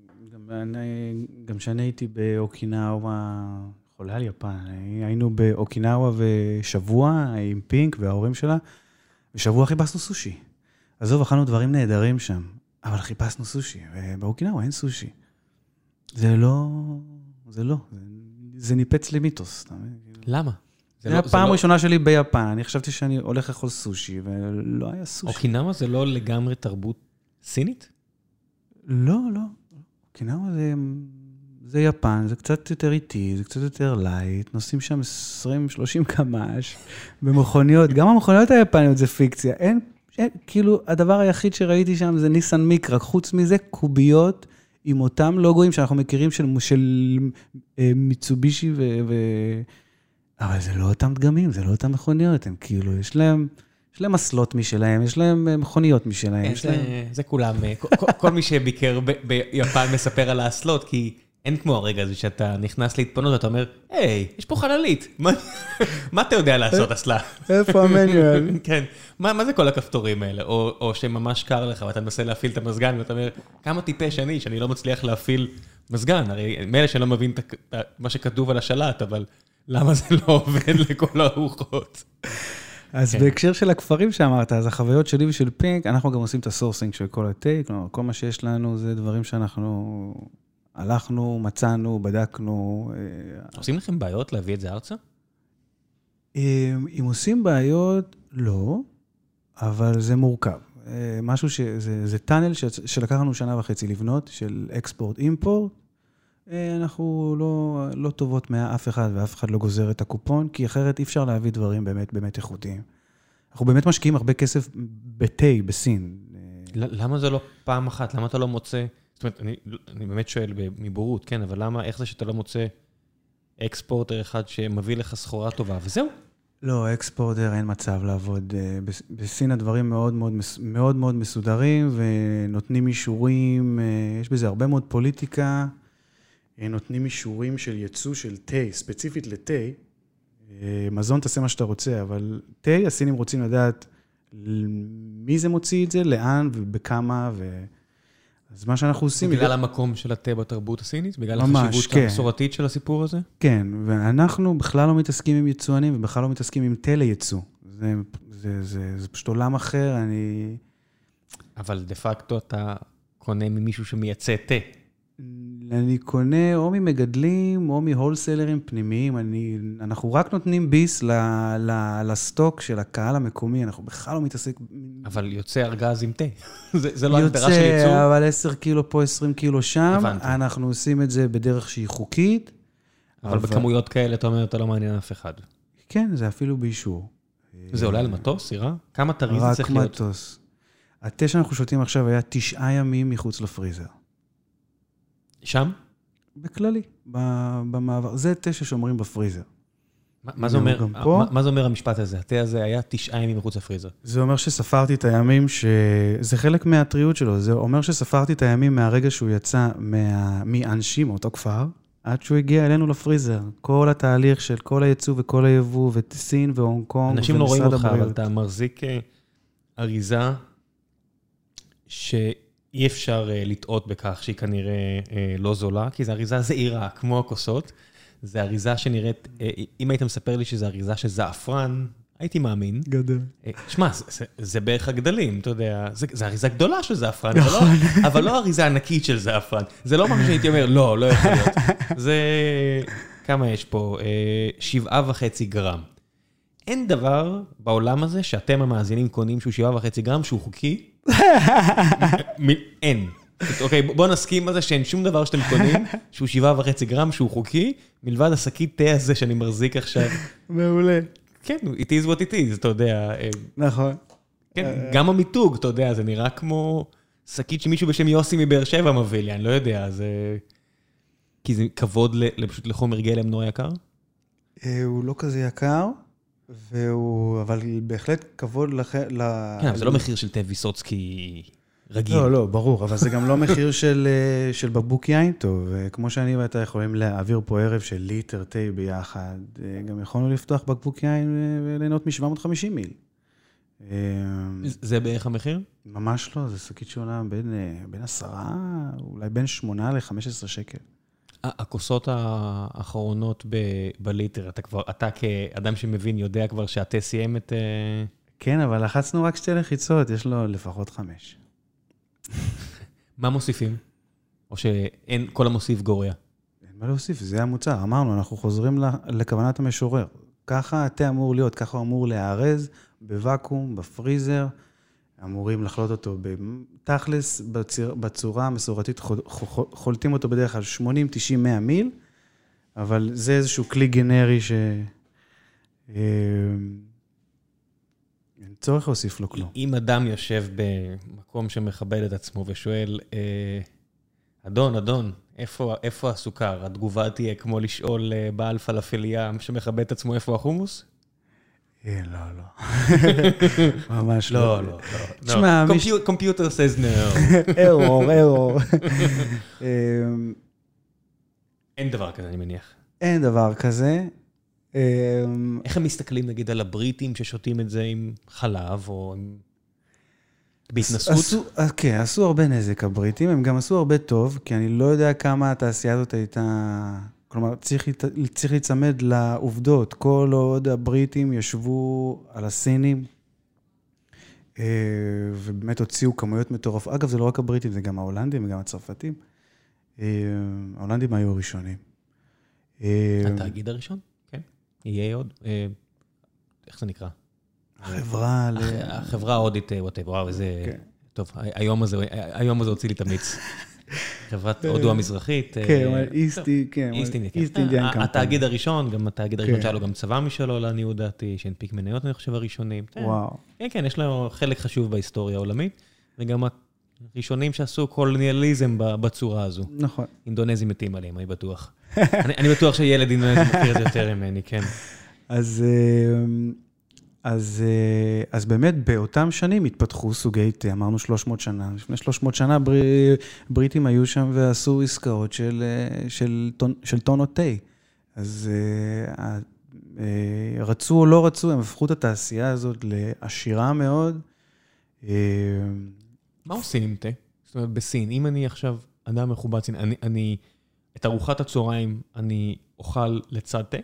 גם שאני הייתי באוקינאווה, חולה על יפן, היינו באוקינאווה ושבוע עם פינק וההורים שלה, ושבוע חיפשנו סושי. עזוב, אכלנו דברים נהדרים שם, אבל חיפשנו סושי, ובאוקינאווה אין סושי. זה לא, זה לא, זה ניפץ לי מיתוס. למה? זה הפעם הראשונה שלי ביפן, אני חשבתי שאני הולך לאכול סושי, ולא היה סושי. אוקינאווה זה לא לגמרי תרבות סינית? לא, לא. אוקינאווה זה, זה יפן, זה קצת יותר איטי, זה קצת יותר לייט, נוסעים שם עשרים שלושים קמ"ש במכוניות, גם המכוניות היפניות זה פיקציה, אין, אין, כאילו הדבר היחיד שראיתי שם זה ניסן מיקרה, חוץ מזה קוביות עם אותם לוגויים שאנחנו מכירים של, של אה, מיצובישי ו... ו... אבל זה לא אותם דגמים, זה לא אותם מכוניות, הם כאילו, יש להם... יש להם מסלות משלהם, יש להם מכוניות משלהם. זה כולם, כל מי שביקר ביפן מספר על האסלות, כי אין כמו הרגע הזה שאתה נכנס להתפנות, אתה אומר, היי, יש פה חללית, מה אתה יודע לעשות אסלה? איפה המניואל? כן, מה זה כל הכפתורים האלה? או שממש קר לך ואתה מנסה להפעיל את המזגן, ואתה אומר, כמה טיפש אני, שאני לא מצליח להפעיל מזגן, הרי מאלה שאני לא מבין מה שכתוב על השלט, אבל למה זה לא עובד לכל הרוחות? אז בהקשר של הכפרים שאמרת, אז החוויות שלי ושל פינק, אנחנו גם עושים את הסורסינג של כל הטייק, כלומר, כל מה שיש לנו זה דברים שאנחנו הלכנו, מצאנו, בדקנו. עושים לכם בעיות להביא את זה ארצה? אם עושים בעיות, לא, אבל זה מורכב. משהו שזה, זה טאנל שלקחנו שנה וחצי לבנות, של אקספורט-אימפורט, אנחנו לא, לא טובות מאף אחד, ואף אחד לא גוזר את הקופון, כי אחרת אי אפשר להביא דברים באמת, באמת איכותיים. אנחנו באמת משקיעים הרבה כסף בתי, בסין. למה זה לא פעם אחת? למה אתה לא מוצא, זאת אומרת, אני, אני באמת שואל מבורות, כן, אבל למה, איך זה שאתה לא מוצא אקספורטר אחד שמביא לך סחורה טובה, וזהו? לא, אקספורטר אין מצב לעבוד. בסין הדברים מאוד מאוד, מאוד מאוד מסודרים, ונותנים אישורים, יש בזה הרבה מאוד פוליטיקה, נותנים אישורים של ייצוא של תה, ספציפית לתה, מזון תעשה מה שאתה רוצה, אבל תה, הסינים רוצים לדעת מי זה מוציא את זה, לאן ובכמה, ו... אז מה שאנחנו עושים... בגלל המקום של התה בתרבות הסינית? בגלל החשיבות המסורתית של הסיפור הזה? כן, ואנחנו בכלל לא מתעסקים עם יצואנים, ובכלל לא מתעסקים עם תה לייצוא. זה, זה, זה, זה פשוט עולם אחר, אני... אבל דה פקטו אתה קונה ממישהו שמייצא תה. אני קונה או ממגדלים, או מהולסלרים פנימיים, אני, אנחנו רק נותנים ביס ל, ל, לסטוק של הקהל המקומי, אנחנו בכלל לא מתעסק... אבל יוצא ארגז עם תה, זה, זה לא הגדרה של ייצור? יוצא, אבל עשר קילו פה, עשרים קילו שם, הבנתי. אנחנו עושים את זה בדרך שהיא חוקית. אבל, אבל בכמויות כאלה, אתה אומר, אתה לא מעניין אף אחד. כן, זה אפילו באישור. זה עולה על מטוס, סירה? כמה תריז זה צריך להיות? רק מטוס. התה שאנחנו שותים עכשיו היה תשעה ימים מחוץ לפריזר. שם? בכללי, במעבר. זה תה ששומרים בפריזר. מה זה אומר, מה זה אומר המשפט הזה? התה הזה היה תשעה ימים מחוץ לפריזר. זה אומר שספרתי את הימים ש... זה חלק מהטריות שלו. זה אומר שספרתי את הימים מהרגע שהוא יצא מאנשים, מאותו כפר, עד שהוא הגיע אלינו לפריזר. כל התהליך של כל הייצוא וכל היבוא, וסין והונג קונג. אנשים לא רואים אותך, אבל אתה מחזיק אריזה ש... אי אפשר לטעות בכך שהיא כנראה לא זולה, כי זו אריזה זעירה, כמו הכוסות. זו אריזה שנראית, אם היית מספר לי שזו אריזה של זעפרן, הייתי מאמין. גדול. שמע, זה, זה בערך הגדלים, אתה יודע, זו אריזה גדולה של זעפרן, אבל לא, אבל לא אריזה ענקית של זעפרן. זה לא משהו שהייתי אומר, לא, לא יכול להיות. זה, כמה יש פה? שבעה וחצי גרם. אין דבר בעולם הזה שאתם המאזינים קונים שהוא שבעה וחצי גרם, שהוא חוקי, אין. אוקיי, בוא נסכים על זה שאין שום דבר שאתם קונים, שהוא שבעה וחצי גרם, שהוא חוקי, מלבד השקית תה הזה שאני מחזיק עכשיו. מעולה. כן, it is what it is, אתה יודע. נכון. כן, גם המיתוג, אתה יודע, זה נראה כמו שקית שמישהו בשם יוסי מבאר שבע מביא לי, אני לא יודע, זה... כי זה כבוד פשוט לחומר גלם נורא יקר? הוא לא כזה יקר, והוא... אבל בהחלט כבוד ל... כן, אבל זה לא מחיר של תה ויסוצקי רגיל. לא, לא, ברור, אבל זה גם לא מחיר של, של בקבוק יין טוב. כמו שאני ואתה יכולים להעביר פה ערב של ליטר תה ביחד, גם יכולנו לפתוח בקבוק יין וליהנות מ-שבע מאות וחמישים מיל. זה בערך המחיר? ממש לא, זה שקית שעולה בין, בין עשרה, אולי בין שמונה ל-חמש עשרה שקל. הכוסות האחרונות בליטר, אתה כבר, אתה כאדם שמבין יודע כבר שהתה סיים את... כן, אבל לחצנו רק שתי לחיצות, יש לו לפחות חמש. מה מוסיפים? או שאין, כל המוסיף גורע? אין מה להוסיף, זה המוצר. אמרנו, אנחנו חוזרים לכוונת המשורר. ככה התה אמור להיות, ככה הוא אמור להארז בוואקום, בפריזר, אמורים לחלוט אותו בתכלס, בציר, בצורה המסורתית, חולטים אותו בדרך כלל שמונים, תשעים, מאה מיל, אבל זה איזשהו כלי גנרי ש... אין צורך להוסיף לו כלום. אם אדם יושב במקום שמכבד את עצמו ושואל, אדון, אדון, איפה, איפה הסוכר? התגובה תהיה כמו לשאול בעל פלאפליה שמכבד את עצמו, איפה החומוס? לא, לא. ממש לא. לא, לא. תשמע, Computer says no. error, error. אין דבר כזה, אני מניח. אין דבר כזה. איך הם מסתכלים, נגיד, על הבריטים ששותים את זה עם חלב או עם... בהתנסות? כן, עשו הרבה נזק הבריטים, הם גם עשו הרבה טוב, כי אני לא יודע כמה התעשייה הזאת הייתה... כלומר, צריך, צריך להצמד לעובדות. כל עוד הבריטים ישבו על הסינים, ובאמת הוציאו כמויות מטורף. אגב, זה לא רק הבריטים, זה גם ההולנדים וגם הצרפתים. ההולנדים היו הראשונים. התאגיד הראשון? כן. יהיה עוד. איך זה נקרא? החברה... החברה ההודית, whatever. וואו, זה... טוב, היום הזה, היום הזה הוציא לי את המיץ. חברת הודו המזרחית. כן, איסטי, כן. איסט אינדיאן קמפני. התאגיד הראשון, גם התאגיד הראשון שהיה לו גם צבא משלו, לעניות דעתי, שהנפיק מניות, אני חושב, הראשונים. וואו. כן, כן, יש לו חלק חשוב בהיסטוריה העולמית, וגם הראשונים שעשו קולוניאליזם בצורה הזו. נכון. אינדונזים מתים עליהם, אני בטוח. אני בטוח שילד אינדונזי מכיר את זה יותר ממני, כן. אז... אז, אז באמת באותם שנים התפתחו סוגי תה, אמרנו שלוש מאות שנה. לפני שלוש מאות שנה בר, בריטים היו שם ועשו עסקאות של, של, טון, של טונות תה. אז רצו או לא רצו, הם הפכו את התעשייה הזאת לעשירה מאוד. מה עושים עם תה? זאת אומרת, בסין, אם אני עכשיו אדם מכובד סין, אני, אני, את ארוחת הצהריים אני אוכל לצד תה?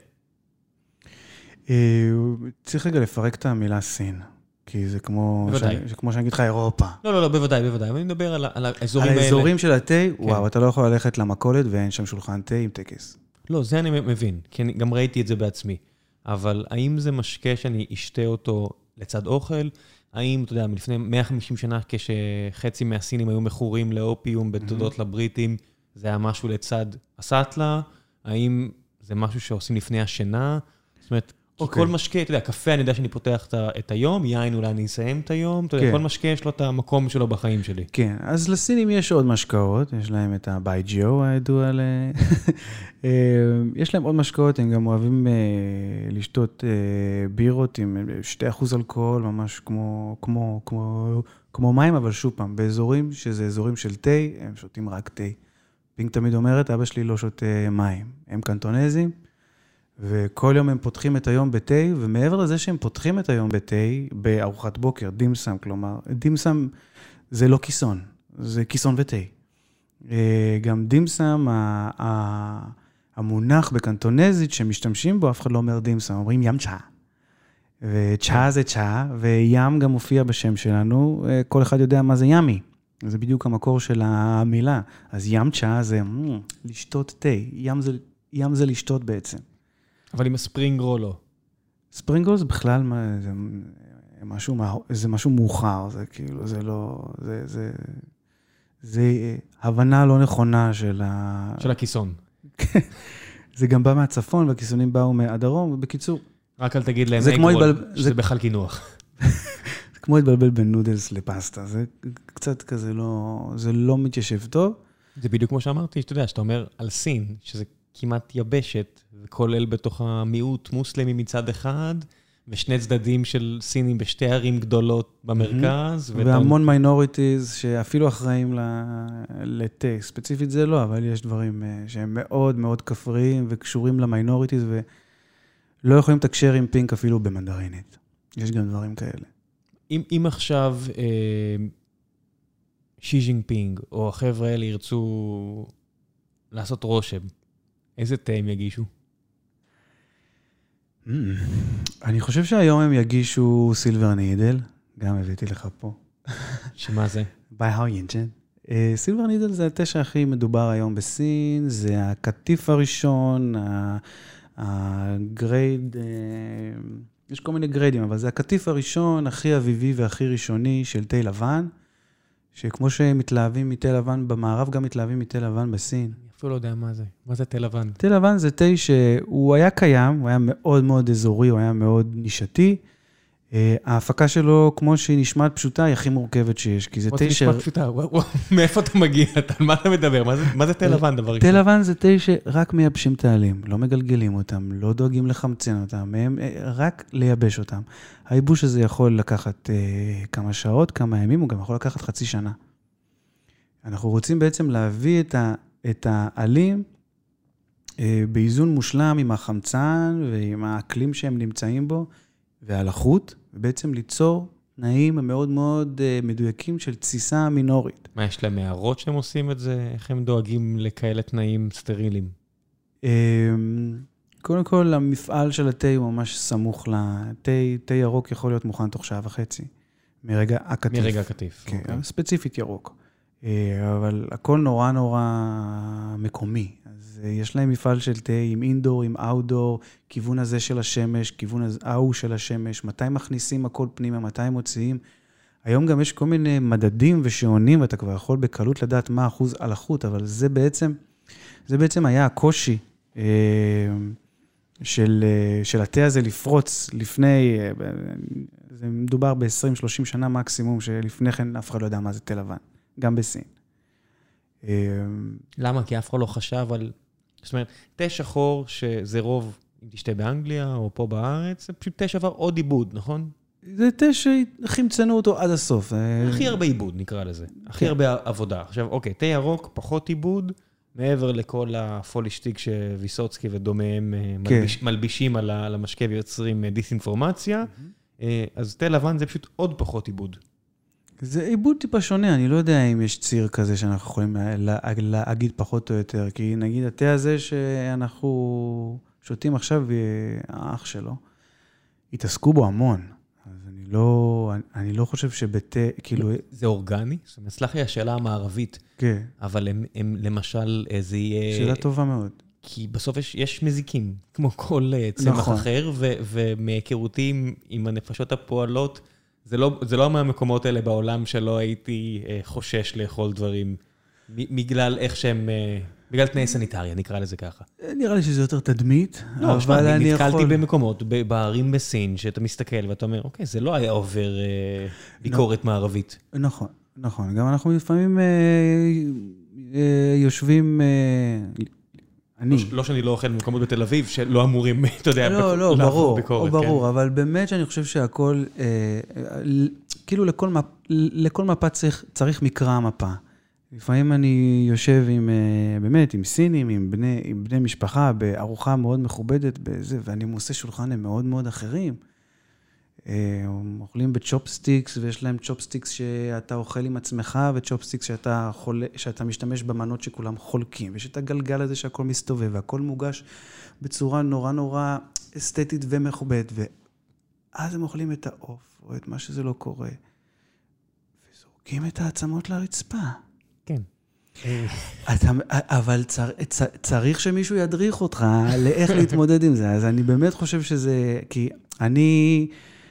צריך רגע לפרק את המילה סין, כי זה כמו, ש... כמו שאני אגיד לך אירופה. לא, לא, לא, בוודאי, בוודאי. אני מדבר על, על האזורים האלה. על האזורים של התה, כן. וואו, אתה לא יכול ללכת למכולת ואין שם שולחן תה עם טקס. לא, זה אני מבין, כי אני גם ראיתי את זה בעצמי. אבל האם זה משקה שאני אשתה אותו לצד אוכל? האם, אתה יודע, מלפני מאה וחמישים שנה, כשחצי מהסינים היו מכורים לאופיום בתודות mm-hmm. לבריטים, זה היה משהו לצד הסטלה? האם זה משהו שעושים לפני השינה? זאת אומרת, כי כל משקה, אתה יודע, קפה אני יודע שאני פותח את היום, יין אולי אני אסיים את היום, אתה יודע, כל משקה יש לו את המקום שלו בחיים שלי. כן, אז לסינים יש עוד משקאות, יש להם את הבייג'יו הידוע, יש להם עוד משקאות, הם גם אוהבים לשתות בירות עם שני אחוז אלכוהול, ממש כמו מים, אבל שוב פעם, באזורים שזה אזורים של תה, הם שותים רק תה. פינק תמיד אומרת, אבא שלי לא שותה מים, הם קנטונזים, וכל יום הם פותחים את היום בתה, ומעבר לזה שהם פותחים את היום בתה, בארוחת בוקר, דימסם, כלומר, דימסם זה לא כיסון, זה כיסון ותה. גם דימסם, המונח בקנטונזית שמשתמשים בו, אף אחד לא אומר דימסם, אומרים ים צ'ה. וצ'ה זה צ'ה, וים גם מופיע בשם שלנו, כל אחד יודע מה זה ימי. זה בדיוק המקור של המילה. אז ים צ'ה זה לשתות תה, ים זה, ים זה לשתות בעצם. אבל עם הספרינג רול לא. ספרינג רול זה בכלל, זה משהו, זה משהו מאוחר, זה כאילו, זה לא, זה, זה, זה הבנה לא נכונה של ה... של הכיסון. זה גם בא מהצפון, והכיסונים באו מהדרום, ובקיצור... רק אל תגיד להם אגרול, שזה בכלל כינוח. כמו להתבלבל בין נודלס לפסטה, זה קצת כזה לא, זה לא מתיישב טוב. זה בדיוק כמו שאמרתי, שאתה יודע, שאתה אומר על סין, שזה כמעט יבשת, וכולל בתוך המיעוט מוסלמי מצד אחד, ושני צדדים של סינים בשתי ערים גדולות במרכז. והמון מיינוריטיז שאפילו אחראים לתה. ספציפית זה לא, אבל יש דברים שהם מאוד מאוד כפריים וקשורים למיינוריטיז, ולא יכולים לתקשר עם פינק אפילו במנדרינית. יש גם דברים כאלה. אם, אם עכשיו אה, שי ג'ינפינג או החבר'ה האלה ירצו לעשות רושם, איזה תה הם יגישו? Mm, אני חושב שהיום הם יגישו סילבר נידל, גם הבאתי לך פה. שמה זה? ביי האו ינג'ן. סילבר נידל זה התה שהכי מדובר היום בסין, זה הקטיף הראשון, הגרייד, יש כל מיני גריידים, אבל זה הקטיף הראשון, הכי אביבי והכי ראשוני של תה לבן, שכמו שהם מתלהבים מתה לבן במערב, גם מתלהבים מתה לבן בסין. אני אפילו לא יודע מה זה. מה זה תה לבן? תה לבן זה תה שהוא היה קיים, הוא היה מאוד מאוד אזורי, הוא היה מאוד נישתי. ההפקה שלו, כמו שהיא נשמעת פשוטה, היא הכי מורכבת שיש, כי זה תה ש... נשמעת פשוטה, מאיפה אתה מגיע? על מה אתה מדבר? מה זה תה לבן דבר ראשון? תה לבן זה תה שרק מייבשים את העלים, לא מגלגלים אותם, לא דואגים לחמצן אותם, הם רק לייבש אותם. הייבוש הזה יכול לקחת כמה שעות, כמה ימים, הוא גם יכול לקחת חצי שנה. אנחנו רוצים בעצם להביא את ה... את העלים באיזון מושלם עם החמצן ועם האקלים שהם נמצאים בו והלחות, ובעצם ליצור תנאים מאוד מאוד מדויקים של תסיסה מינורית. מה, יש להם הערות שהם עושים את זה? איך הם דואגים לכאלה תנאים סטרילים? קודם כל, המפעל של התה הוא ממש סמוך לתה. תה ירוק יכול להיות מוכן תוך שעה וחצי, מרגע הקטיף. מרגע הקטיף. כן, okay. ספציפית ירוק. אבל הכל נורא נורא מקומי. אז יש להם מפעל של תה עם אינדור, עם אאוטדור, כיוון הזה של השמש, כיוון ההוא של השמש, מתי מכניסים הכל פנימה, מתי מוציאים. היום גם יש כל מיני מדדים ושעונים, ואתה כבר יכול בקלות לדעת מה אחוז הלחות, אבל זה בעצם, זה בעצם היה הקושי של, של התה הזה לפרוץ לפני, זה מדובר ב-עשרים שלושים שנה מקסימום, שלפני כן אף אחד לא יודע מה זה תה לבן. גם בסין. למה? כי אף אחד לא חשב על... זאת אומרת, תה שחור שזה רוב, אם תשתה באנגליה או פה בארץ, זה פשוט תה שעבר עוד עיבוד, נכון? זה תה שחמצנו אותו עד הסוף. הכי הרבה עיבוד נקרא לזה. הכי הרבה עבודה. עכשיו, אוקיי, תה ירוק, פחות עיבוד, מעבר לכל הפולישטיק שוויסוצקי ודומיהם מלבישים על המשקה ויוצרים דיסאינפורמציה. אז תה לבן זה פשוט עוד פחות עיבוד. זה עיבוד טיפה שונה, אני לא יודע אם יש ציר כזה שאנחנו יכולים להגיד פחות או יותר, כי נגיד התה הזה שאנחנו שותים עכשיו, האח שלו, התעסקו בו המון, אז אני לא, אני לא חושב שבתה, כאילו... זה אורגני? זאת אומרת, סלח לי השאלה המערבית, כן. אבל הם, הם למשל, זה יהיה... שאלה טובה מאוד. כי בסוף יש, יש מזיקים, כמו כל צמח נכון. אחר, ו, ומהיכרותים עם הנפשות הפועלות, זה לא, זה לא מהמקומות האלה בעולם שלא הייתי אה, חושש לאכול דברים, בגלל איך שהם, אה, בגלל תנאי סניטריה, נקרא לזה ככה. נראה לי שזה יותר תדמית, לא, אבל שמה, אני נתקלתי יכול... במקומות, בערים בסין, שאתה מסתכל ואתה אומר, אוקיי, זה לא היה עובר אה, ביקורת לא, מערבית. נכון, נכון. גם אנחנו לפעמים אה, אה, יושבים... אה, אני. לא, לא שאני לא אוכל במקומות בתל אביב, שלא אמורים, אתה יודע, לא, לא, ברור, ביקורת, ברור, כן? אבל באמת שאני חושב שהכל, אה, כאילו לכל, מפ, לכל מפה צריך, צריך מקרא המפה. לפעמים אני יושב עם, אה, באמת, עם סינים, עם בני, עם בני משפחה, בארוחה מאוד מכובדת בזה, ואני מוצא שולחן הם מאוד מאוד אחרים. הם אוכלים בצ'ופסטיקס, ויש להם צ'ופסטיקס שאתה אוכל עם עצמך, וצ'ופסטיקס שאתה, חול... שאתה משתמש במנות שכולם חולקים, ויש את הגלגל הזה שהכל מסתובב, והכל מוגש בצורה נורא נורא אסתטית ומכובדת, ואז הם אוכלים את העוף, או את מה שזה לא קורה, וזורקים את העצמות לרצפה. כן. אתה, אבל צר, צ, צריך שמישהו ידריך אותך לאיך להתמודד עם זה, אז אני באמת חושב שזה, כי אני...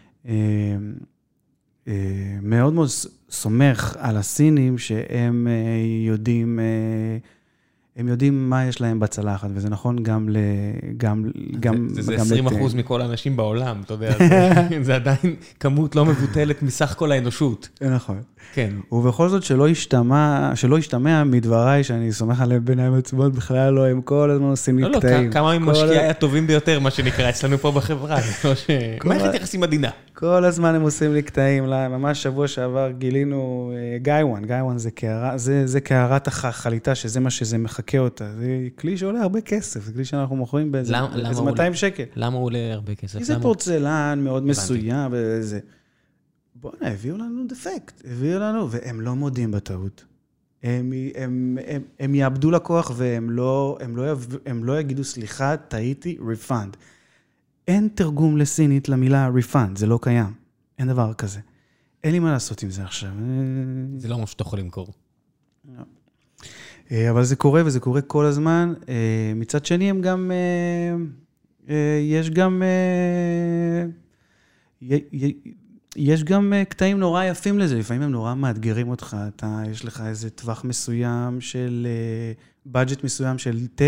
מאוד מאוד סומך על הסינים שהם יודעים הם יודעים מה יש להם בצלחת, וזה נכון גם ל... גם, גם, זה, זה גם עשרים לת... אחוז מכל האנשים בעולם, אתה יודע, זה, זה עדיין כמות לא מבוטלת מסך כל האנושות. נכון. כן. ובכל זאת שלא ישתמע, שלא ישתמע מדבריי, שאני סומך עליהם בעיניים עצמות, בכלל לא, הם כל הזמן עושים לי קטעים. לא, לא, כמה ממשקיעי הטובים ביותר, מה שנקרא, אצלנו פה בחברה. מערכת יחסים עדינה. כל הזמן הם עושים לי קטעים, ממש שבוע שעבר גילינו גאיוואן, גאיוואן זה קערה, זה, זה קערת החליטה, שזה מה שזה מחכה אותה. זה כלי שעולה הרבה כסף, זה כלי שאנחנו מוכרים באיזה מאתיים שקל. למה הוא עולה הרבה כסף? כי זה פורצלן מאוד מסוים וזה. בוא'נה, הביאו לנו דפקט, הביאו לנו, והם לא מודים בטעות. הם, הם, הם, הם יאבדו לקוח והם לא, הם לא, הם לא יגידו, סליחה, טעיתי, refund. אין תרגום לסינית למילה refund, זה לא קיים. אין דבר כזה. אין לי מה לעשות עם זה עכשיו. זה לא מה שאתה יכול למכור. אבל זה קורה, וזה קורה כל הזמן. מצד שני, הם גם, יש גם, יש גם קטעים נורא יפים לזה. לפעמים הם נורא מאתגרים אותך. אתה, יש לך איזה טווח מסוים של, בדג'ט מסוים של תה,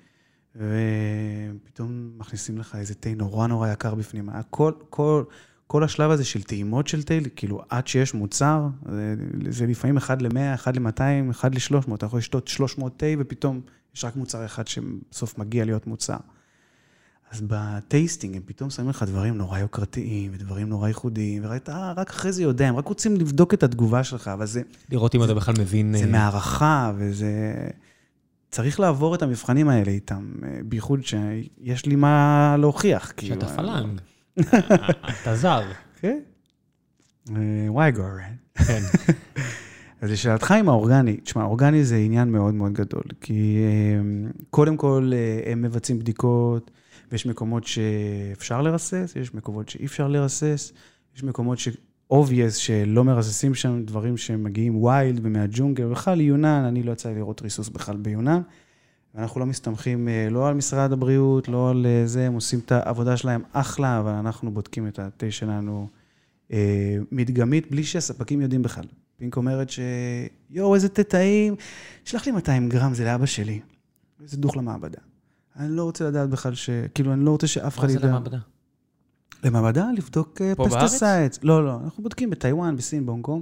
ופתאום מכניסים לך איזה תה נורא נורא יקר בפנים. כל, כל, כל השלב הזה של טעימות של תה, כאילו עד שיש מוצר, זה, זה לפעמים אחד למאה, אחד למאתיים, אחד לשלוש מאות, אתה יכול לשתות שלוש מאות תה, ופתאום יש רק מוצר אחד שבסוף מגיע להיות מוצר. אז בטייסטינג הם פתאום שמים לך דברים נורא יוקרתיים, ודברים נורא ייחודיים, וראית, אה, רק אחרי זה יודע, הם רק רוצים לבדוק את התגובה שלך, אבל זה... לראות אם אתה בכלל מבין... זה מערכה, וזה... צריך לעבור את המבחנים האלה איתם, בייחוד שיש לי מה להוכיח. שאתה פלנג. אתה זר. כן. וואי גורן. כן. אז לשאלתך עם האורגני, תשמע, האורגני זה עניין מאוד מאוד גדול, כי קודם כל הם מבצעים בדיקות, ויש מקומות שאפשר לרסס, יש מקומות שאי אפשר לרסס, יש מקומות ש-obvious שלא מרססים שם דברים שמגיעים ווילד ומהג'ונגל, בכלל יונן, אני לא יצא לראות ריסוס בכלל ביונן, ואנחנו לא מסתמכים לא על משרד הבריאות, לא על זה, הם עושים את העבודה שלהם אחלה, אבל אנחנו בודקים את התה שלנו אה, מדגמית, בלי שהספקים יודעים בכלל. פינק אומרת ש... יו, איזה תה טעים, שלח לי מאתיים גרם, זה לאבא שלי. זה דוח למעבדה. אני לא רוצה לדעת בכלל ש... כאילו, אני לא רוצה שאף אחד ידע... מה זה למעבדה? למעבדה, לבדוק פסטיסיידס. לא, לא, אנחנו בודקים בטיואן, בסין, בהונג קונג.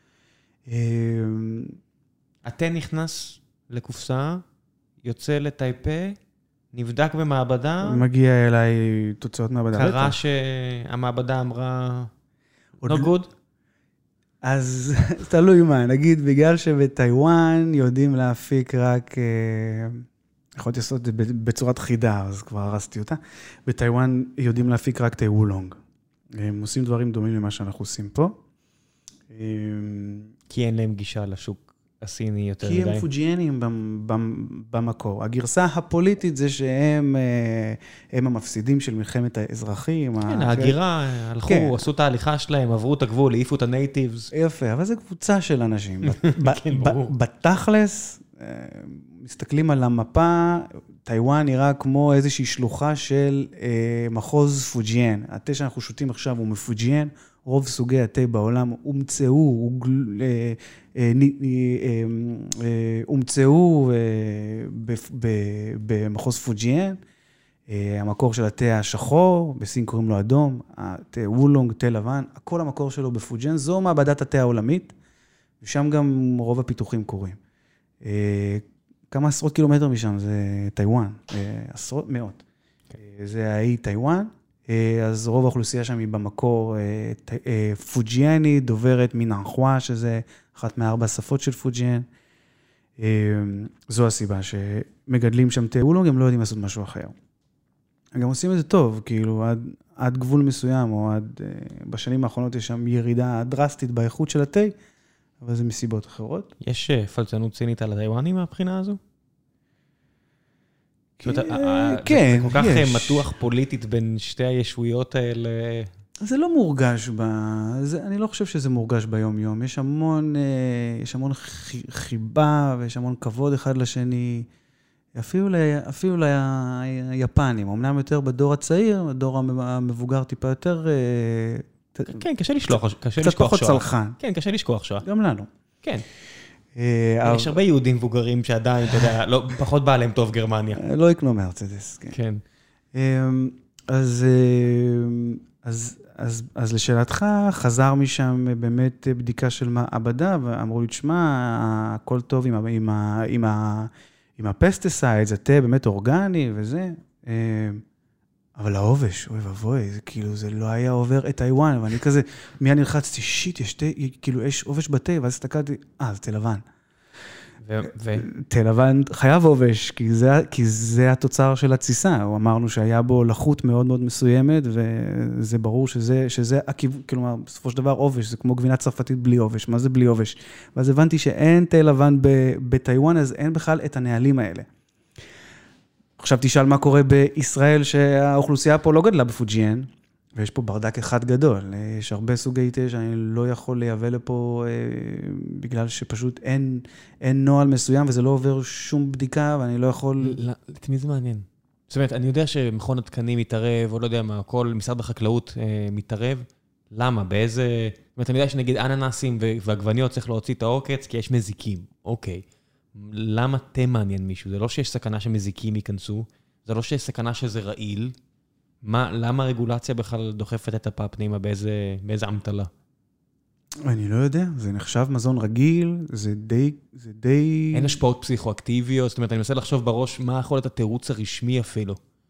התה נכנס לקופסה, יוצא לטייפה, נבדק במעבדה. מגיע אליי תוצאות מעבדה. קרה שהמעבדה אמרה, no good? אז תלוי מה, נגיד, בגלל שבטיואן יודעים להפיק רק, יכולתי לעשות את זה בצורת חידה, אז כבר הרסתי אותה. בטיואן יודעים להפיק רק תה וולונג. הם עושים דברים דומים למה שאנחנו עושים פה. כי אין להם גישה לשוק הסיני יותר כי מדי. הם פוג'יאנים במקור. הגרסה הפוליטית זה שהם הם המפסידים של מלחמת האזרחים. כן, ההגירה, הלכו, עשו את ההליכה שלהם, עברו את הגבול, העיפו את הנייטיבס. יפה, אבל זו קבוצה של אנשים. בתכלס, מסתכלים על המפה, טיואן נראה כמו איזושהי שלוחה של מחוז פוג'יאן. התה שאנחנו שותים עכשיו הוא מפוג'יאן, רוב סוגי התה בעולם הומצאו, הומצאו במחוז פוג'יאן, המקור של התה השחור, בסין קוראים לו אדום, התה וולונג, תה לבן, הכל המקור שלו בפוג'יאן, זו מעבדת התה העולמית, ושם גם רוב הפיתוחים קורים. כמה עשרות קילומטר משם זה טיואן, עשרות, מאות. זה האי טיואן, אז רוב האוכלוסייה שם היא במקור פוג'יאני, דוברת מננחואה, שזה אחת מארבע שפות של פוג'יאן. זו הסיבה שמגדלים שם תה וולונג, הם לא יודעים לעשות משהו אחר. הם גם עושים את זה טוב, כאילו עד, עד גבול מסוים, או עד, בשנים האחרונות יש שם ירידה דרסטית באיכות של התה, אבל זה מסיבות אחרות. יש פלצנות סינית על הטיואנים מהבחינה הזו? כן, זה כל כך מתוח פוליטית בין שתי הישויות האלה. זה לא מורגש, אני לא חושב שזה מורגש ביום יום. יש המון, יש המון חיבה ויש המון כבוד אחד לשני. אפילו ליפנים, אמנם יותר בדור הצעיר, בדור המבוגר טיפה יותר... כן, קשה לשכוח שואה. קצת פחות צלחן. כן, קשה לשכוח שואה. גם לנו. כן. יש הרבה יהודים מבוגרים שעדיין, אתה יודע, פחות בא להם טוב גרמניה. לא יקנו מרצדס, כן. אז... אז לשאלתך, חזר משם באמת בדיקה של מעבדה, ואמרו לי, תשמע, הכל טוב עם הפסטיסייד, זה תה באמת אורגני וזה, אבל העובש, אוי ובוי, זה כאילו, זה לא היה עובר את טיואן, ואני כזה, מיד נלחצתי, שיט, יש תה, כאילו, יש עובש בתה, ואז הסתכלתי, אה, זה תה לבן. תה לבן חייב עובש, כי זה, כי זה התוצר של התסיסה. הוא אמרנו שהיה בו לחות מאוד מאוד מסוימת, וזה ברור שזה, שזה הכיוון, כלומר, בסופו של דבר עובש, זה כמו גבינה צרפתית בלי עובש. מה זה בלי עובש? ואז הבנתי שאין תה לבן בטיואן, אז אין בכלל את הנהלים האלה. עכשיו תשאל מה קורה בישראל, שהאוכלוסייה פה לא גדלה בפוג'יאן, ויש פה ברדק אחד גדול. יש הרבה סוגי תה שאני לא יכול לייבא לפה, אה, בגלל שפשוט אין, אין נוהל מסוים, וזה לא עובר שום בדיקה, ואני לא יכול... לתמיד זה מעניין. זאת אומרת, אני יודע שמכון התקנים מתערב, או לא יודע מה, כל משרד החקלאות אה, מתערב. למה? באיזה... זאת אומרת, אני יודע שנגיד אננסים ועגבניות צריך להוציא את העוקץ, כי יש מזיקים. אוקיי. למה תה מעניין מישהו? זה לא שיש סכנה שמזיקים ייכנסו, זה לא שיש סכנה שזה רעיל, מה, למה הרגולציה בכלל דוחפת את הפה פנימה באיזה, באיזה עמתלה? אני לא יודע, זה נחשב מזון רגיל, זה די, זה די... אין השפעות פסיכואקטיביות, זאת אומרת, אני מנסה לחשוב בראש, מה יכול להיות התירוץ הרשמי אפילו?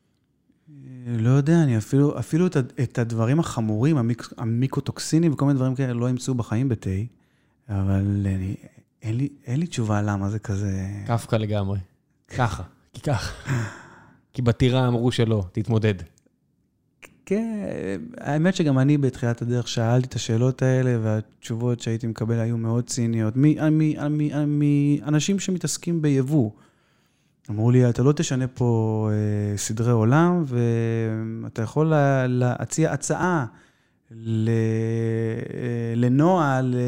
לא יודע, אני אפילו, אפילו את, את הדברים החמורים, המיק, המיקוטוקסינים וכל מיני דברים כאלה לא ימצאו בחיים בתה, אבל אני, אין לי, אין לי תשובה למה זה כזה... קפקא לגמרי. ככה, כי ככה. כי בטירה אמרו שלא, תתמודד. כן, האמת שגם אני בתחילת הדרך שאלתי את השאלות האלה, והתשובות שהייתי מקבל היו מאוד ציניות, מאנשים שמתעסקים ביבוא. אמרו לי, אתה לא תשנה פה אה, סדרי עולם, ואתה יכול לה, להציע הצעה ל, אה, לנוע, ל,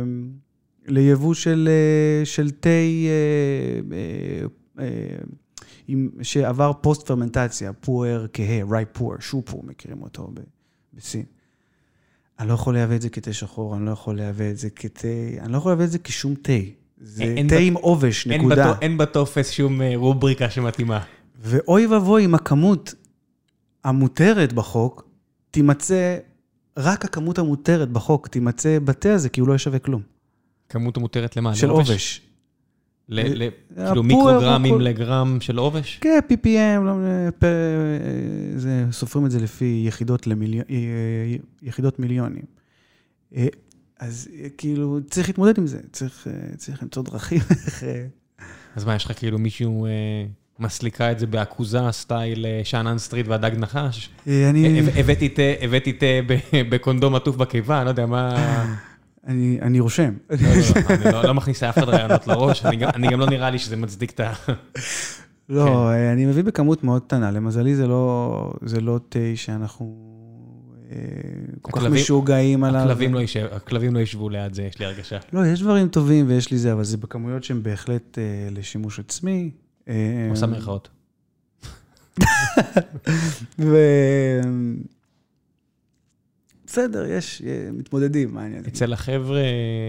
ליבוא של, אה, של תה אה, אה, עם, שעבר פוסט-פרמנטציה, פואר כהה, רייפ פואר, שופו, מכירים אותו ב, בסין. אני לא יכול להביא את זה כתה שחור, אני לא יכול להביא את זה כתה, אני לא יכול להביא את זה כשום תה. זה תה עם עובש, נקודה. אין בטופס שום רובריקה שמתאימה. ואוי ובוי, עם הכמות המותרת בחוק, תימצא, רק הכמות המותרת בחוק, תימצא בתה הזה, כי הוא לא ישווה כלום. כמות המותרת למה? של עובש. כאילו מיקרוגרמים לגרם של עובש? כן, פי פי אם, סופרים את זה לפי יחידות מיליונים. אז כאילו, צריך להתמודד עם זה, צריך למצוא דרכים. אז מה, יש לך כאילו מישהו מסליקה את זה באקוזה, סטייל שאנן סטריט והדג נחש? הבאתי תה בקונדום עטוף בקיבה, אני לא יודע מה... אני רושם. אני לא מכניסה אף אחד רעיונות לראש, אני גם לא נראה לי שזה מצדיק את ה... לא, אני מביא בכמות מאוד קטנה, למזלי זה לא תה שאנחנו כל כך משוגעים עליו. הכלבים לא ישבו ליד זה, יש לי הרגשה. לא, יש דברים טובים ויש לי זה, אבל זה בכמויות שהן בהחלט לשימוש עצמי. עושה מרכאות. ו... בסדר, יש מתמודדים, מה העניין? אצל החבר'ה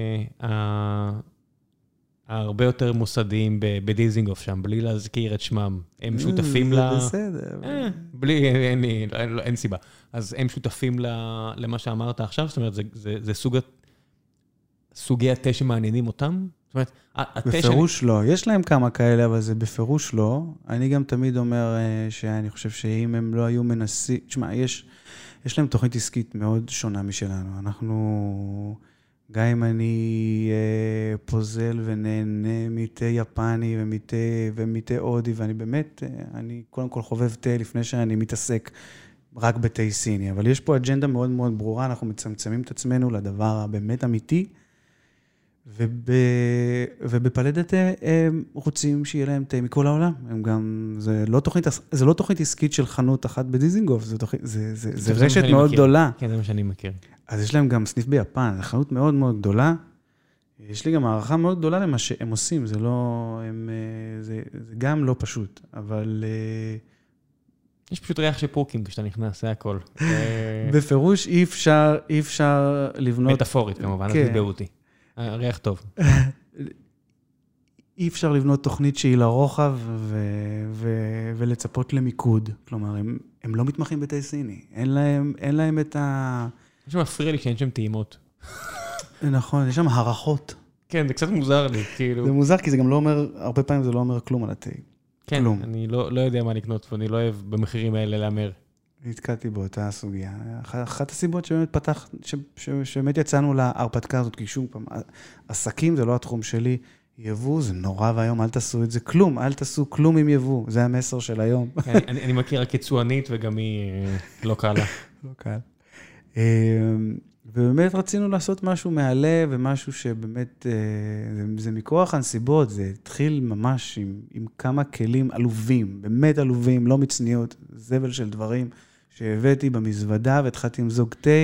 הרבה יותר מוסדיים בדיזינגוף שם, בלי להזכיר את שמם. הם שותפים ל... זה בסדר. בלי, אין סיבה. אז הם שותפים למה שאמרת עכשיו, זאת אומרת, זה סוגי התה שמעניינים אותם? זאת אומרת, בפירוש לא. יש להם כמה כאלה, אבל זה בפירוש לא. אני גם תמיד אומר שאני חושב שאם הם לא היו מנסים... תשמע, יש... יש להם תוכנית עסקית מאוד שונה משלנו. אנחנו, גם אם אני אה, פוזל ונהנה מתה יפני ומתה, ומתה הודי, ואני באמת, אה, אני קודם כל חובב תה לפני שאני מתעסק רק בתה סיני. אבל יש פה אג'נדה מאוד מאוד ברורה, אנחנו מצמצמים את עצמנו לדבר הבאמת אמיתי, וב, ובפלדת הם רוצים שיהיה להם תה מכל העולם. הם גם, זה לא תוכנית, זה לא תוכנית עסקית של חנות אחת בדיזינגוף, זה, תוכנית, זה, זה, זה רשת מאוד מכיר. גדולה. כן, זה מה שאני מכיר. אז יש להם גם סניף ביפן, זו חנות מאוד מאוד גדולה. יש לי גם הערכה מאוד גדולה למה שהם עושים, זה לא, הם, זה, זה גם לא פשוט, אבל... יש פשוט ריח של פורקים כשאתה נכנס, זה הכל. בפירוש אי אפשר, אי אפשר לבנות... מטאפורית כמובן, אז תתבעו אותי. ריח טוב. אי אפשר לבנות תוכנית שהיא לרוחב ו- ו- ולצפות למיקוד. כלומר, הם, הם לא מתמחים בתה סיני. אין להם, אין להם את ה... זה שמפריע לי שאין שם טעימות. נכון, יש שם הערכות. כן, זה קצת מוזר לי, כאילו. זה מוזר, כי זה גם לא אומר, הרבה פעמים זה לא אומר כלום על התה. כן, כלום. אני לא, לא יודע מה לקנות, ואני לא אוהב במחירים האלה לאמר. נתקעתי באותה סוגיה. אחת הסיבות שבאמת פתח, ש, ש, שבאמת יצאנו להרפתקה הזאת, כי שום פעם, עסקים זה לא התחום שלי, יבוא זה נורא והיום, אל תעשו את זה כלום, אל תעשו כלום עם יבוא, זה המסר של היום. אני, אני, אני מכיר רק יצואנית וגם היא לא קלה. לא קל. ובאמת רצינו לעשות משהו מהלב, ומשהו שבאמת, זה, זה מכוח הנסיבות, זה התחיל ממש עם, עם כמה כלים עלובים, באמת עלובים, לא מצניות, זבל של דברים שהבאתי במזוודה, והתחלתי עם זוג תה,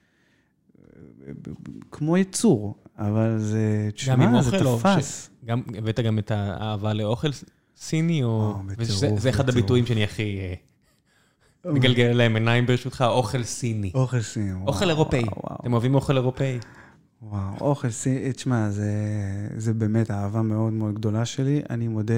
כמו יצור, אבל זה, תשמע, זה תפס. גם, הבאת גם את האהבה לאוכל סיני, או... זה אחד הביטויים שאני הכי... מגלגל עליהם עיניים ברשותך, אוכל סיני. אוכל סיני. אוכל אירופאי. אתם אוהבים אוכל אירופאי? וואו, אוכל סיני, תשמע, זה, זה באמת אהבה מאוד מאוד גדולה שלי. אני מודה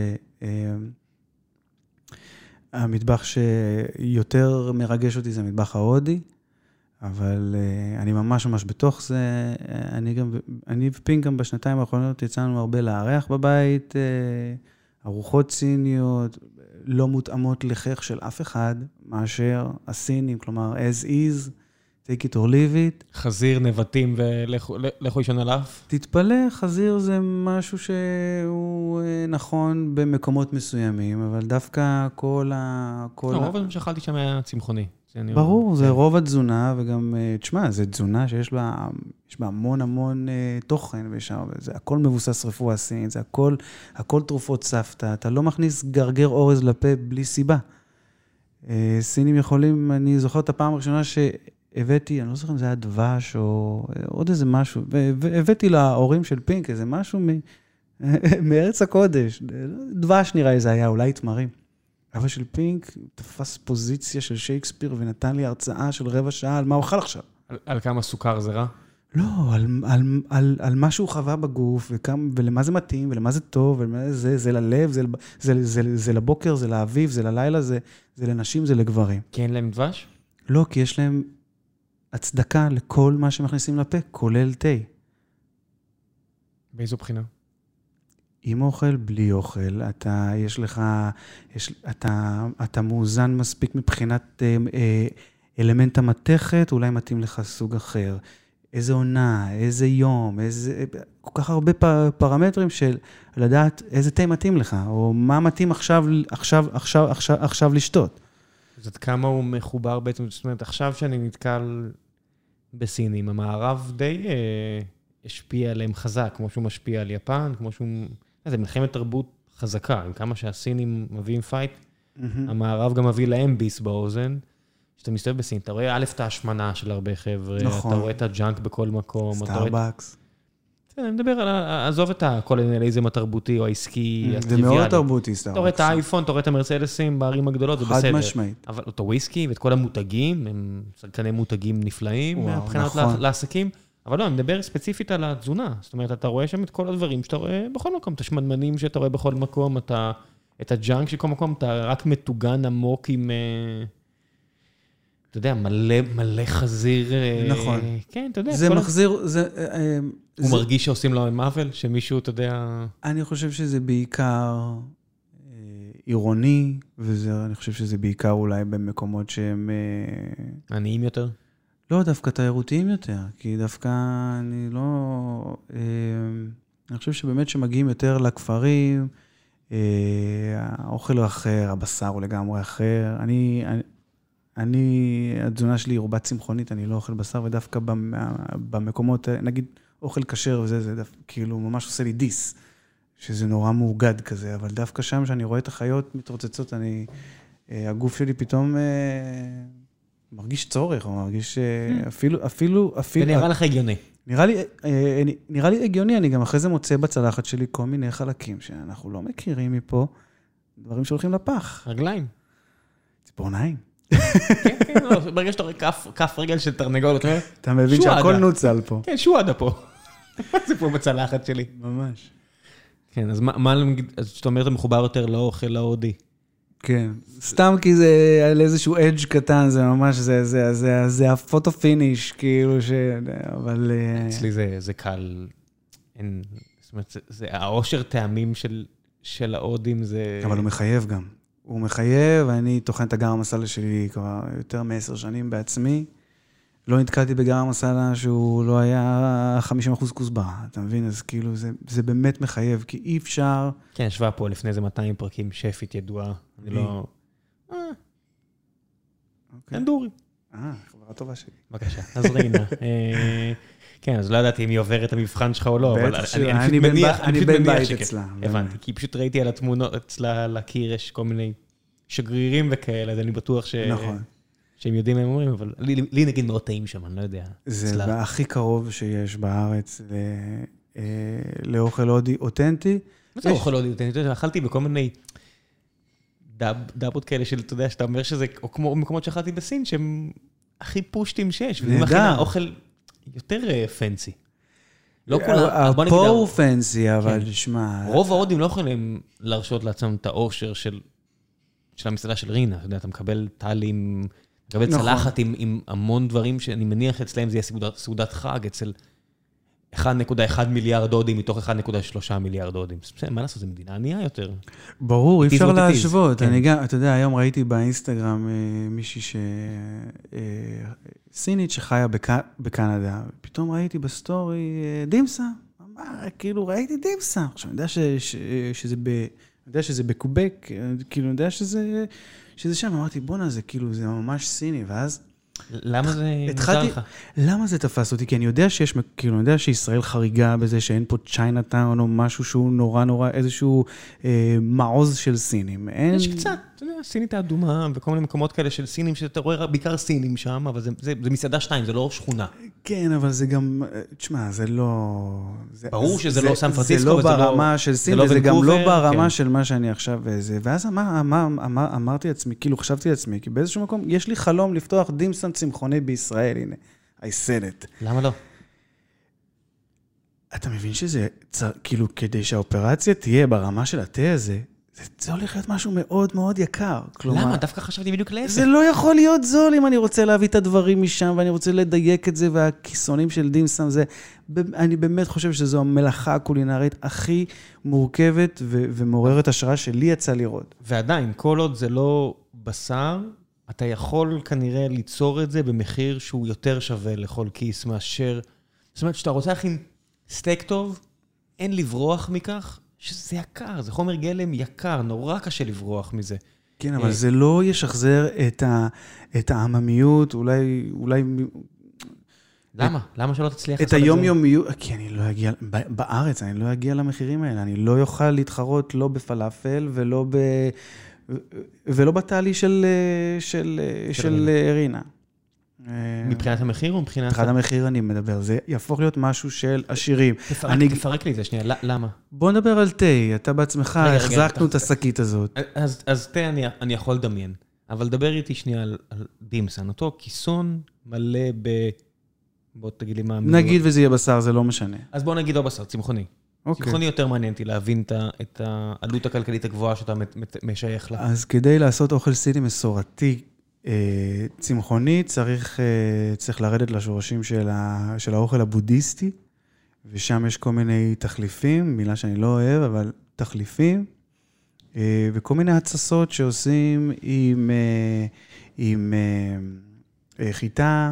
שהמטבח שיותר מרגש אותי זה המטבח ההודי, אבל אני ממש ממש בתוך זה. אני גם, אני ופינק גם בשנתיים האחרונות יצאנו הרבה לארח בבית, ארוחות סיניות, לא מותאמות לכך של אף אחד, מאשר הסינים, כלומר, as is, take it or leave it. חזיר, נבטים ולכו ישון עליו? תתפלא, חזיר זה משהו שהוא נכון במקומות מסוימים, אבל דווקא כל ה... לא, רוב הזמן שאכלתי שם היה צמחוני. ברור, זה רוב התזונה, וגם, תשמע, זה תזונה שיש בה, יש בה המון המון תוכן, וזה הכל מבוסס רפואה סינית, זה הכל, הכל תרופות סבתא, אתה לא מכניס גרגר אורז לפה בלי סיבה. סינים יכולים, אני זוכר את הפעם הראשונה שהבאתי, אני לא זוכר אם זה היה דבש, או עוד איזה משהו, והבאתי להורים של פינק איזה משהו מארץ הקודש, דבש נראה זה היה, אולי תמרים. אבא של פינק תפס פוזיציה של שייקספיר ונתן לי הרצאה של רבע שעה על מה הוא אוכל עכשיו. על, על כמה סוכר זה רע? לא, על, על, על, על מה שהוא חווה בגוף, וכמה, ולמה זה מתאים, ולמה זה טוב, ולמה זה, זה ללב, זה, זה, זה, זה, זה לבוקר, זה לאביב, זה ללילה, זה, זה לנשים, זה לגברים. כי אין להם דבש? לא, כי יש להם הצדקה לכל מה שמכניסים לפה, כולל תה. באיזו בחינה? עם אוכל, בלי אוכל, אתה, יש לך, יש, אתה, אתה מאוזן מספיק מבחינת אה, אלמנט המתכת, אולי מתאים לך סוג אחר. איזה עונה, איזה יום, איזה, כל כך הרבה פרמטרים של לדעת איזה תה מתאים לך, או מה מתאים עכשיו, עכשיו, עכשיו, עכשיו, עכשיו לשתות. אז עד כמה הוא מחובר בעצם, זאת אומרת, עכשיו שאני נתקל בסינים, המערב די אה, השפיע עליהם חזק, כמו שהוא משפיע על יפן, כמו שהוא... זה מלחמת תרבות חזקה, עם כמה שהסינים מביאים פייט, המערב גם מביא להם ביס באוזן, שאתה מסתובב בסין, אתה רואה א' את ההשמנה של הרבה חבר'ה, אתה רואה את הג'אנק בכל מקום. סטארבקס. אני מדבר על, עזוב את הקולוניאליזם התרבותי או העסקי, זה מאוד תרבותי, סטארבקס. אתה רואה את האייפון, אתה רואה את המרצדסים בערים הגדולות, זה בסדר. חד משמעית. אבל אותו וויסקי ואת כל המותגים, הם שחקני מותגים נפלאים, מבחינת לעסקים. אבל לא, אני מדבר ספציפית על התזונה. זאת אומרת, אתה רואה שם את כל הדברים שאתה רואה בכל מקום. את השמנמנים שאתה רואה בכל מקום, אתה, את הג'אנק של כל מקום, אתה רק מטוגן עמוק עם, אתה יודע, מלא, מלא חזיר. נכון. כן, אתה יודע. זה מחזיר, זה... הוא מרגיש שעושים לו מעוול, שמישהו, אתה יודע... אני חושב שזה בעיקר עירוני, ואני חושב שזה בעיקר אולי במקומות שהם... עניים יותר? לא, דווקא תיירותיים יותר, כי דווקא אני לא... אני חושב שבאמת שמגיעים יותר לכפרים, האוכל הוא אחר, הבשר הוא לגמרי אחר. אני, אני, אני, התזונה שלי היא רובה צמחונית, אני לא אוכל בשר, ודווקא במקומות, נגיד, אוכל כשר וזה, זה דווקא, כאילו ממש עושה לי דיס, שזה נורא מאוגד כזה, אבל דווקא שם שאני רואה את החיות מתרוצצות, אני, הגוף שלי פתאום... מרגיש צורך, או מרגיש אפילו, אפילו, אפילו... ונראה לך הגיוני. נראה לי, נראה לי הגיוני, אני גם אחרי זה מוצא בצלחת שלי כל מיני חלקים שאנחנו לא מכירים מפה, דברים שהולכים לפח. רגליים. ציפורניים. כן, כן, ברגע שאתה רואה כף רגל של תרנגול, אתה אומר, אתה מבין שהכל נוצל פה. כן, שועדה פה. זה פה בצלחת שלי. ממש. כן, אז מה, אז שאתה אומר, אתה מחובר יותר לאוכל להודי? כן, סתם כי זה על איזשהו אדג' קטן, זה ממש, זה, זה, זה, זה הפוטו פיניש, כאילו ש... אבל... אצלי זה, זה קל, אין, זאת אומרת, זה, זה העושר טעמים של, של ההודים, זה... אבל הוא מחייב גם. הוא מחייב, אני טוחן את הגרם מסאלה שלי כבר יותר מעשר שנים בעצמי. לא נתקלתי בגרם מסאלה שהוא לא היה חמישים אחוז כוסברה, אתה מבין? אז כאילו זה, זה באמת מחייב, כי אי אפשר... כן, ישבה פה לפני איזה מאתיים פרקים, שפית ידועה, אני לא... אה, אנדורי. אה, חברה טובה שלי. בבקשה, אז רינה. כן, אז לא ידעתי אם היא עוברת את המבחן שלך או לא, אבל אני בן בית אצלה. הבנתי, כי פשוט ראיתי על התמונות אצלה לקיר, יש כל מיני שגרירים וכאלה, אז אני בטוח ש... נכון. שהם יודעים מה הם אומרים, אבל לי נגיד מאוד טעים שם, אני לא יודע. זה הכי קרוב שיש בארץ לאוכל הודי אותנטי. מה זה אוכל הודי אותנטי? אכלתי בכל מיני דאבות כאלה של, אתה יודע, שאתה אומר שזה, או כמו מקומות שאכלתי בסין, שהם הכי פושטים שיש, וזה מכינה אוכל יותר פנסי. לא כולם. פה הוא פנסי, אבל שמע... רוב ההודים לא יכולים להרשות לעצמם את האושר של המסעדה של רינה. אתה יודע, אתה מקבל טלים... מקבל צלחת עם, עם המון דברים שאני מניח אצלם, זה יהיה סעודת, סעודת חג, אצל אחד נקודה אחד מיליארד הודים מתוך אחד נקודה שלוש מיליארד הודים. מה לעשות, זו מדינה ענייה יותר. ברור, אי אפשר להשוות. אני גם, אתה יודע, היום ראיתי באינסטגרם מישהי ש... סינית שחיה בקנדה, פתאום ראיתי בסטורי דימסה, כאילו ראיתי דימסה. עכשיו, אני יודע שזה ב... אני יודע שזה בקובק, כאילו, אני יודע שזה... שזה שם, אמרתי, בונה, זה כאילו, זה ממש סיני, ואז... למה זה נמצא לך? למה זה תפס אותי? כי אני יודע שיש, כאילו, אני יודע שישראל חריגה בזה, שאין פה צ'יינאטאון או משהו שהוא נורא נורא, איזשהו אה, מעוז של סינים. אין... יש קצת, אתה יודע, סינית האדומה, וכל מיני מקומות כאלה של סינים, שאתה רואה בעיקר סינים שם, אבל זה, זה, זה מסעדה שתיים, זה לא שכונה. כן, אבל זה גם, תשמע, זה לא... זה, ברור שזה זה, לא סן פרנסיסקו, זה לא ברמה לא, של סין, וזה גם לא ברמה כן. של מה שאני עכשיו וזה. ואז אמר, אמר, אמר, אמרתי לעצמי, כאילו חשבתי לעצמי, כי באיזשהו מקום יש לי חלום לפתוח דימסם צמחוני בישראל, הנה, I said it. למה לא? אתה מבין שזה, כאילו, כדי שהאופרציה תהיה ברמה של התה הזה, זה הולך להיות משהו מאוד מאוד יקר. למה? דווקא חשבתי בדיוק להפך. זה לא יכול להיות זול אם אני רוצה להביא את הדברים משם, ואני רוצה לדייק את זה, והכיסונים של דימסם זה, אני באמת חושב שזו המלאכה הקולינרית הכי מורכבת ומעוררת השראה שלי יצא לראות. ועדיין, כל עוד זה לא בשר, אתה יכול כנראה ליצור את זה במחיר שהוא יותר שווה לכל כיס מאשר... זאת אומרת, שאתה רוצה להכין סטייק טוב, אין לברוח מכך, שזה יקר, זה חומר גלם יקר, נורא קשה לברוח מזה. כן, אבל זה לא ישחזר את ה, את העממיות, אולי, אולי... למה? למה שלא תצליח את היומיומיות? כי אני לא אגיע, בארץ אני לא אגיע למחירים האלה, אני לא יוכל להתחרות לא בפלאפל ולא ב... ולא בתעלי של, של, של רינה. מבחינת המחיר או מבחינת... מבחינת המחיר אני מדבר, זה יהפוך להיות משהו של עשירים. תפרק לי את זה שנייה, למה? בוא נדבר על תה, אתה בעצמך החזקנו את השקית הזאת. אז תה אני יכול לדמיין, אבל דבר איתי שנייה על דימסן, אותו כיסון מלא ב... בוא תגיד לי מה... נגיד וזה יהיה בשר, זה לא משנה. אז בוא נגיד או בשר, צמחוני. צמחוני יותר מעניין אותי להבין את העלות הכלכלית הגבוהה שאתה משייך לה. אז כדי לעשות אוכל סיני מסורתי, צמחוני, צריך, צריך לרדת לשורשים של, ה, של האוכל הבודיסטי, ושם יש כל מיני תחליפים, מילה שאני לא אוהב, אבל תחליפים, וכל מיני הצסות שעושים עם, עם חיטה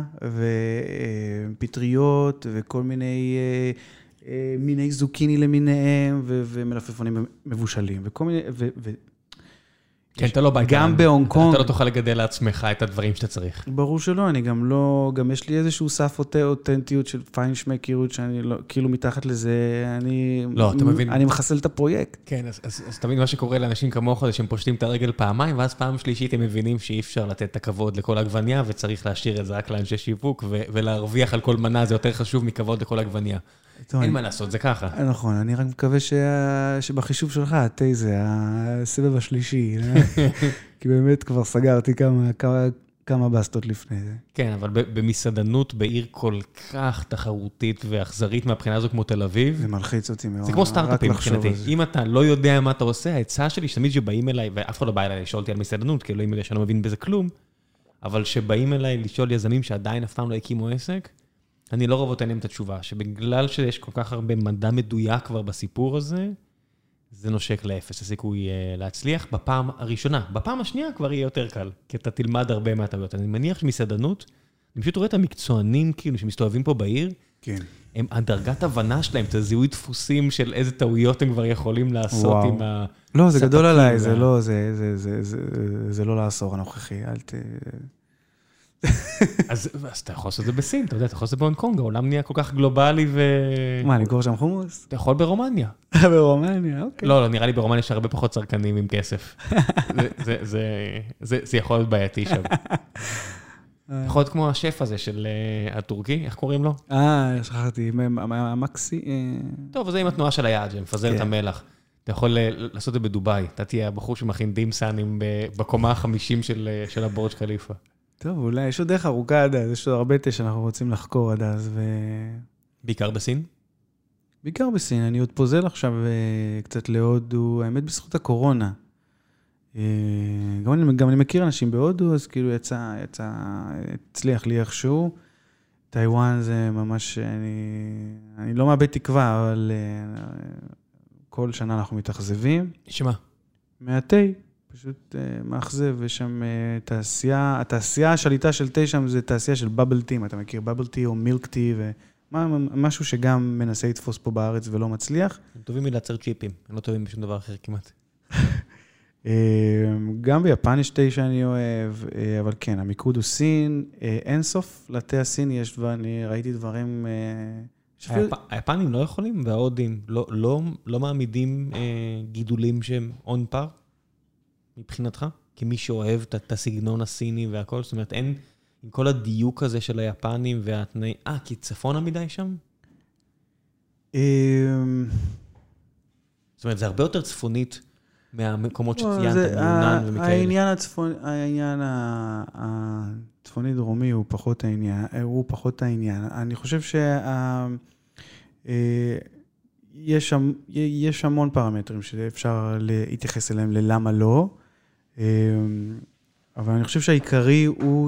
ופטריות, וכל מיני מיני זוקיני למיניהם, ומלפפונים מבושלים, וכל מיני... ו, ו, כן, אתה לא בא גם בהונג קונג. אתה לא תוכל לגדל לעצמך את הדברים שאתה צריך. ברור שלא, אני גם לא, גם יש לי איזשהו סף אותנטיות של פיינשמקיות, שאני לא, כאילו מתחת לזה, אני... לא, אתה מבין. אני מחסל את הפרויקט. כן, אז, אז, אז תמיד מה שקורה לאנשים כמוך, זה שהם פושטים את הרגל פעמיים, ואז פעם שלישית הם מבינים שאי אפשר לתת את הכבוד לכל עגבניה, וצריך להשאיר את זה רק לאנשי שיווק, ו- ולהרוויח על כל מנה, זה יותר חשוב מכבוד לכל עגבניה. אין מה לעשות, זה ככה. נכון, אני רק מקווה שבחישוב שלך, התה זה הסבב השלישי, כי באמת כבר סגרתי כמה, כמה בסטות לפני זה. כן, אבל במסעדנות בעיר כל כך תחרותית ואכזרית מהבחינה הזו כמו תל אביב. זה מלחיץ אותי מאוד. זה כמו סטארט-אפים מבחינתי. אם אתה לא יודע מה אתה עושה, ההצעה שלי שתמיד שבאים אליי, ואף אחד לא בא אליי לשאול אותי על מסעדנות, כי אלוהים יודע שאני לא מבין בזה כלום, אבל שבאים אליי לשאול יזמים שעדיין אף פעם לא הקימו עסק, אני לא רוב אותן להם את התשובה, שבגלל שיש כל כך הרבה מדע מדויק כבר בסיפור הזה, זה נושק לאפס, הסיכוי להצליח בפעם הראשונה. בפעם השנייה כבר יהיה יותר קל, כי אתה תלמד הרבה מהטעויות. אני מניח שמסעדנות, אני פשוט רואה את המקצוענים כאילו שמסתובבים פה בעיר, כן. הם, הדרגת הבנה שלהם, את הזיהוי דפוסים של איזה טעויות הם כבר יכולים לעשות וואו. עם ה... לא, זה גדול עליי, זה לא, זה, זה, זה, זה, זה לא לעשור הנוכחי, אל ת... אז, אז אתה יכול לעשות את זה בסין, אתה יודע, אתה יכול לעשות את זה בהונג קונג, העולם נהיה כל כך גלובלי ו... מה, אני קורא שם חומוס? אתה יכול ברומניה. ברומניה, אוקיי. לא, לא, נראה לי ברומניה יש הרבה פחות צרכנים עם כסף. זה, זה, זה, זה, זה יכול להיות בעייתי שם. יכול להיות כמו השף הזה של הטורקי, איך קוראים לו? אה, שכחתי, המקסי... טוב, זה עם התנועה של היד, שמפזר את המלח. אתה יכול לעשות את זה בדוביי, אתה תהיה הבחור שמכין דימסנים בקומה החמישים של הבורג' חליפה. טוב, אולי יש עוד דרך ארוכה עד אז, יש עוד הרבה תשע שאנחנו רוצים לחקור עד אז. ו... בעיקר בסין? בעיקר בסין, אני עוד פוזל עכשיו קצת להודו, האמת בזכות הקורונה. גם אני, גם אני מכיר אנשים בהודו, אז כאילו יצא, יצא, הצליח לי איכשהו. טיואן זה ממש, אני, אני לא מאבד תקווה, אבל כל שנה אנחנו מתאכזבים. שמה? מהתי. פשוט uh, מאכזב, ושם uh, תעשייה, התעשייה השליטה של תה שם זה תעשייה של בבל טי, אתה מכיר בבל טי או מילק טי, ומשהו שגם מנסה לתפוס פה בארץ ולא מצליח. הם טובים מלייצר צ'יפים, הם לא טובים בשום דבר אחר כמעט. גם ביפן יש תה שאני אוהב, אבל כן, המיקוד הוא סין, אין סוף לתה הסיני, יש דבר, אני ראיתי דברים... היפנים לא יכולים, וההודים לא, לא, לא מעמידים גידולים שהם און פאר? מבחינתך? כמי שאוהב את הסגנון הסיני והכל, זאת אומרת, אין, עם כל הדיוק הזה של היפנים והתנאי, אה, כי צפון עמידי שם? זאת אומרת, זה הרבה יותר צפונית מהמקומות שציינת, מיונן ומכאלה. העניין הצפוני, העניין הצפוני-דרומי הוא פחות העניין, הוא פחות העניין. אני חושב שיש יש המון פרמטרים שאפשר להתייחס אליהם ללמה לא, אבל אני חושב שהעיקרי הוא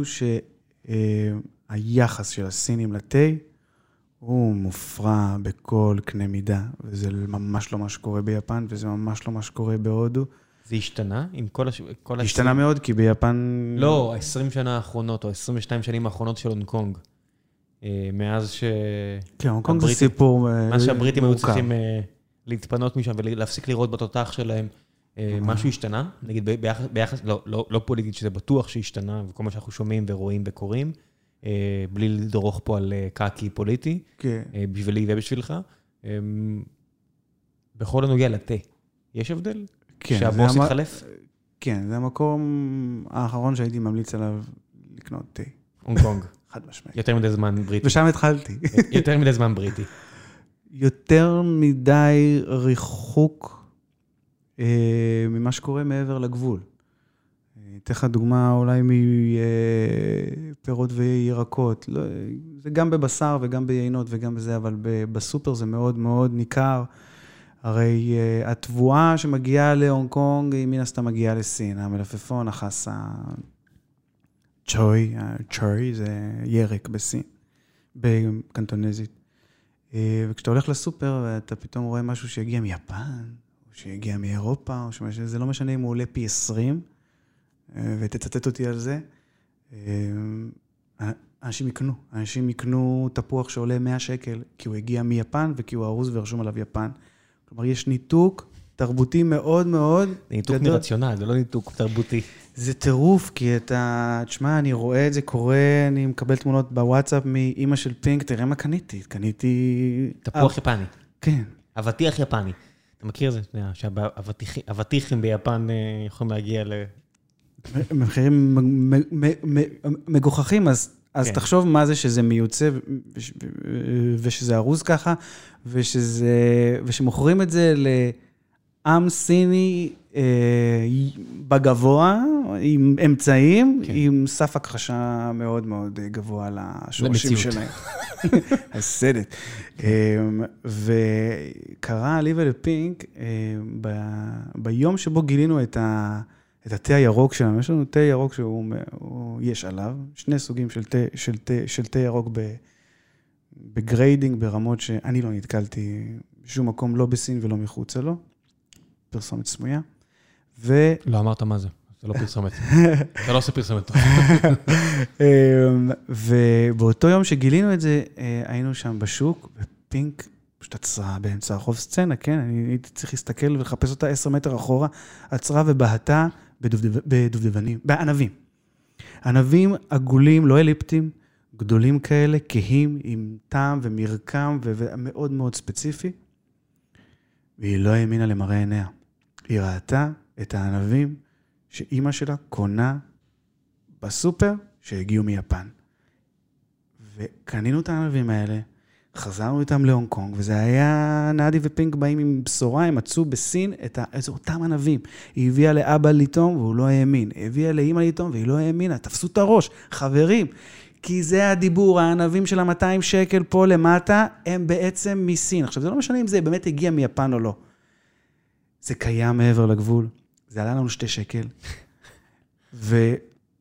שהיחס של הסינים לתה הוא מופרע בכל קנה מידה, וזה ממש לא מה שקורה ביפן, וזה ממש לא מה שקורה בהודו. זה השתנה עם כל הש... כל השתנה הס... מאוד, כי ביפן... לא, ה-עשרים שנה האחרונות, או עשרים ושתיים שנים האחרונות של הונג קונג. מאז ש... כן, הונג קונג זה סיפור... מאז שהבריטים היו צריכים להתפנות משם ולהפסיק לראות בתותח שלהם. משהו השתנה, נגיד ביחס, ביחס לא, לא, לא פוליטית, שזה בטוח שהשתנה, וכל מה שאנחנו שומעים ורואים וקוראים, בלי לדרוך פה על קאקי פוליטי, בשבילי ובשבילך. בכל הנוגע לתה, יש הבדל? שהבוס התחלף? כן, זה המקום האחרון שהייתי ממליץ עליו לקנות תה. הונג קונג. חד משמעית. יותר מדי זמן בריטי. ושם התחלתי. יותר מדי זמן בריטי. יותר מדי ריחוק ממה שקורה מעבר לגבול. אתן לך דוגמה אולי מפירות וירקות. זה גם בבשר וגם ביינות וגם בזה, אבל בסופר זה מאוד מאוד ניכר. הרי התבואה שמגיעה להונג קונג היא מן הסתם מגיעה לסין. המלפפון, החסה, צ'וי, צ'וי זה ירק בסין, בקנטונזית. וכשאתה הולך לסופר, אתה פתאום רואה משהו שיגיע מיפן, או שיגיע מאירופה, או שמשהו, זה לא משנה אם הוא עולה פי עשרים, ותצטט אותי על זה. אנשים יקנו, אנשים יקנו תפוח שעולה מאה שקל, כי הוא הגיע מיפן, וכי הוא ארוז ורשום עליו יפן. כלומר, יש ניתוק תרבותי מאוד מאוד. זה ניתוק מרציונל, זה לא ניתוק תרבותי. זה טירוף, כי אתה, תשמע, אני רואה את זה קורה, אני מקבל תמונות בוואטסאפ מאמא של פינק, תראה מה קניתי, קניתי... תפוח יפני. כן. אבטיח יפני. אתה מכיר זה? שהאבטיחים ביפן יכולים להגיע ל... מחירים מגוחכים, אז אז תחשוב מה זה שזה מיוצא, ושזה ארוז ככה, ושמוכרים את זה לעם סיני בגבוה, עם אמצעים, עם סף הכחשה מאוד מאוד גבוה לשורשים שלהם. הסדת. וקרה לי ולפינק, ביום שבו גילינו את התה הירוק שלנו, יש לנו תה ירוק שיש עליו, שני סוגים של תה ירוק בגריידינג, ברמות שאני לא נתקלתי בשום מקום, לא בסין ולא מחוצה לו. פרסומת סמויה. ו... לא אמרת מה זה, זה לא פרסומת. אתה לא עושה פרסומת. ובאותו יום שגילינו את זה, היינו שם בשוק, ופינק פשוט עצרה באמצע הרחוב סצנה, כן? אני הייתי צריך להסתכל ולחפש אותה עשר מטר אחורה, עצרה ובהתה בדובדבנים, בענבים. ענבים עגולים, לא אליפטיים, גדולים כאלה, כהים, עם טעם ומרקם, ומאוד מאוד ספציפי. והיא לא האמינה למראה עיניה. היא ראתה את הענבים שאימא שלה קונה בסופר שהגיעו מיפן. וקנינו את הענבים האלה, חזרנו איתם להונג קונג, וזה היה נאדי ופינק באים עם בשורה, הם מצאו בסין את אותם ענבים. היא הביאה לאבא ליטום והוא לא האמין. היא הביאה לאמא ליטום והיא לא האמינה. תפסו את הראש, חברים. כי זה הדיבור, הענבים של ה-מאתיים שקל פה למטה, הם בעצם מסין. עכשיו, זה לא משנה אם זה באמת הגיע מיפן או לא. זה קיים מעבר לגבול. זה עלה לנו שתי שקל. וזה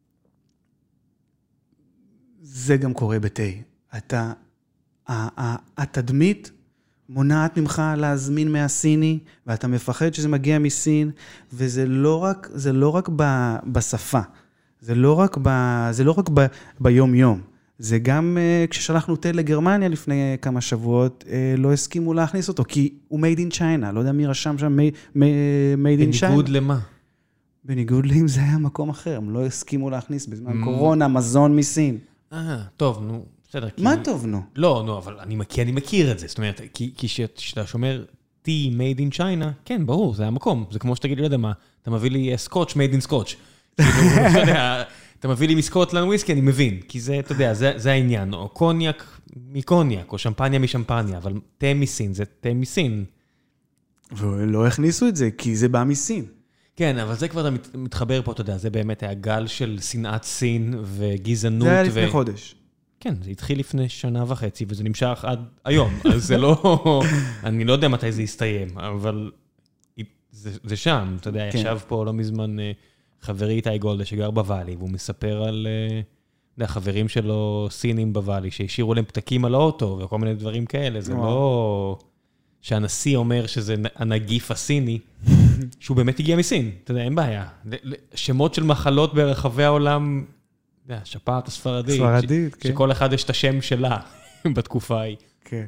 גם קורה בתי. אתה, התדמית מונעת ממך להזמין מהסיני, ואתה מפחד שזה מגיע מסין, וזה לא רק, זה לא רק ב, בשפה. זה לא רק ב, זה לא רק ב, ביום יום. זה גם uh, כששלחנו תה לגרמניה לפני כמה שבועות, uh, לא הסכימו להכניס אותו, כי הוא made in China. לא יודע מי רשם שם made, made in China. בניגוד למה? בניגוד לאם זה היה מקום אחר. הם לא הסכימו להכניס בזמן mm. קורונה, מזון מסין. אה, טוב, נו, בסדר. מה כי... טוב, נו? לא, נו, אבל אני, כי אני מכיר את זה. זאת אומרת, כי, כי שאתה שומר tea made in China, כן, ברור, זה המקום. זה כמו שתגיד לי, לא יודע מה, אתה מביא לי סקוץ' made in Scotch. כאילו, אתה יודע, אתה מביא לי מסקוטלנד וויסקי, אני מבין, כי זה, אתה יודע, זה, זה העניין, או קוניאק מקוניאק, או שמפניה משמפניה, אבל תה מסין, זה תה מסין. ולא הכניסו את זה, כי זה בא מסין. כן, אבל זה כבר אתה מתחבר פה, אתה יודע, זה באמת הגל של שנאת סין וגזענות. זה היה לפני ו... חודש. כן, זה התחיל לפני שנה וחצי, וזה נמשך עד היום, אז זה לא, אני לא יודע מתי זה יסתיים, אבל זה, זה שם, אתה יודע, כן. ישב פה לא מזמן... חברי איתי גולדה שגר בוואלי, והוא מספר על יודע, חברים שלו סינים בוואלי, שהשאירו להם פתקים על האוטו, וכל מיני דברים כאלה. זה לא שהנשיא אומר שזה הנגיף הסיני, שהוא באמת הגיע מסין. אתה יודע, אין בעיה. שמות של מחלות ברחבי העולם, שפעת הספרדית. ספרדית, כן. שכל אחד יש את השם שלה בתקופה ההיא. כן.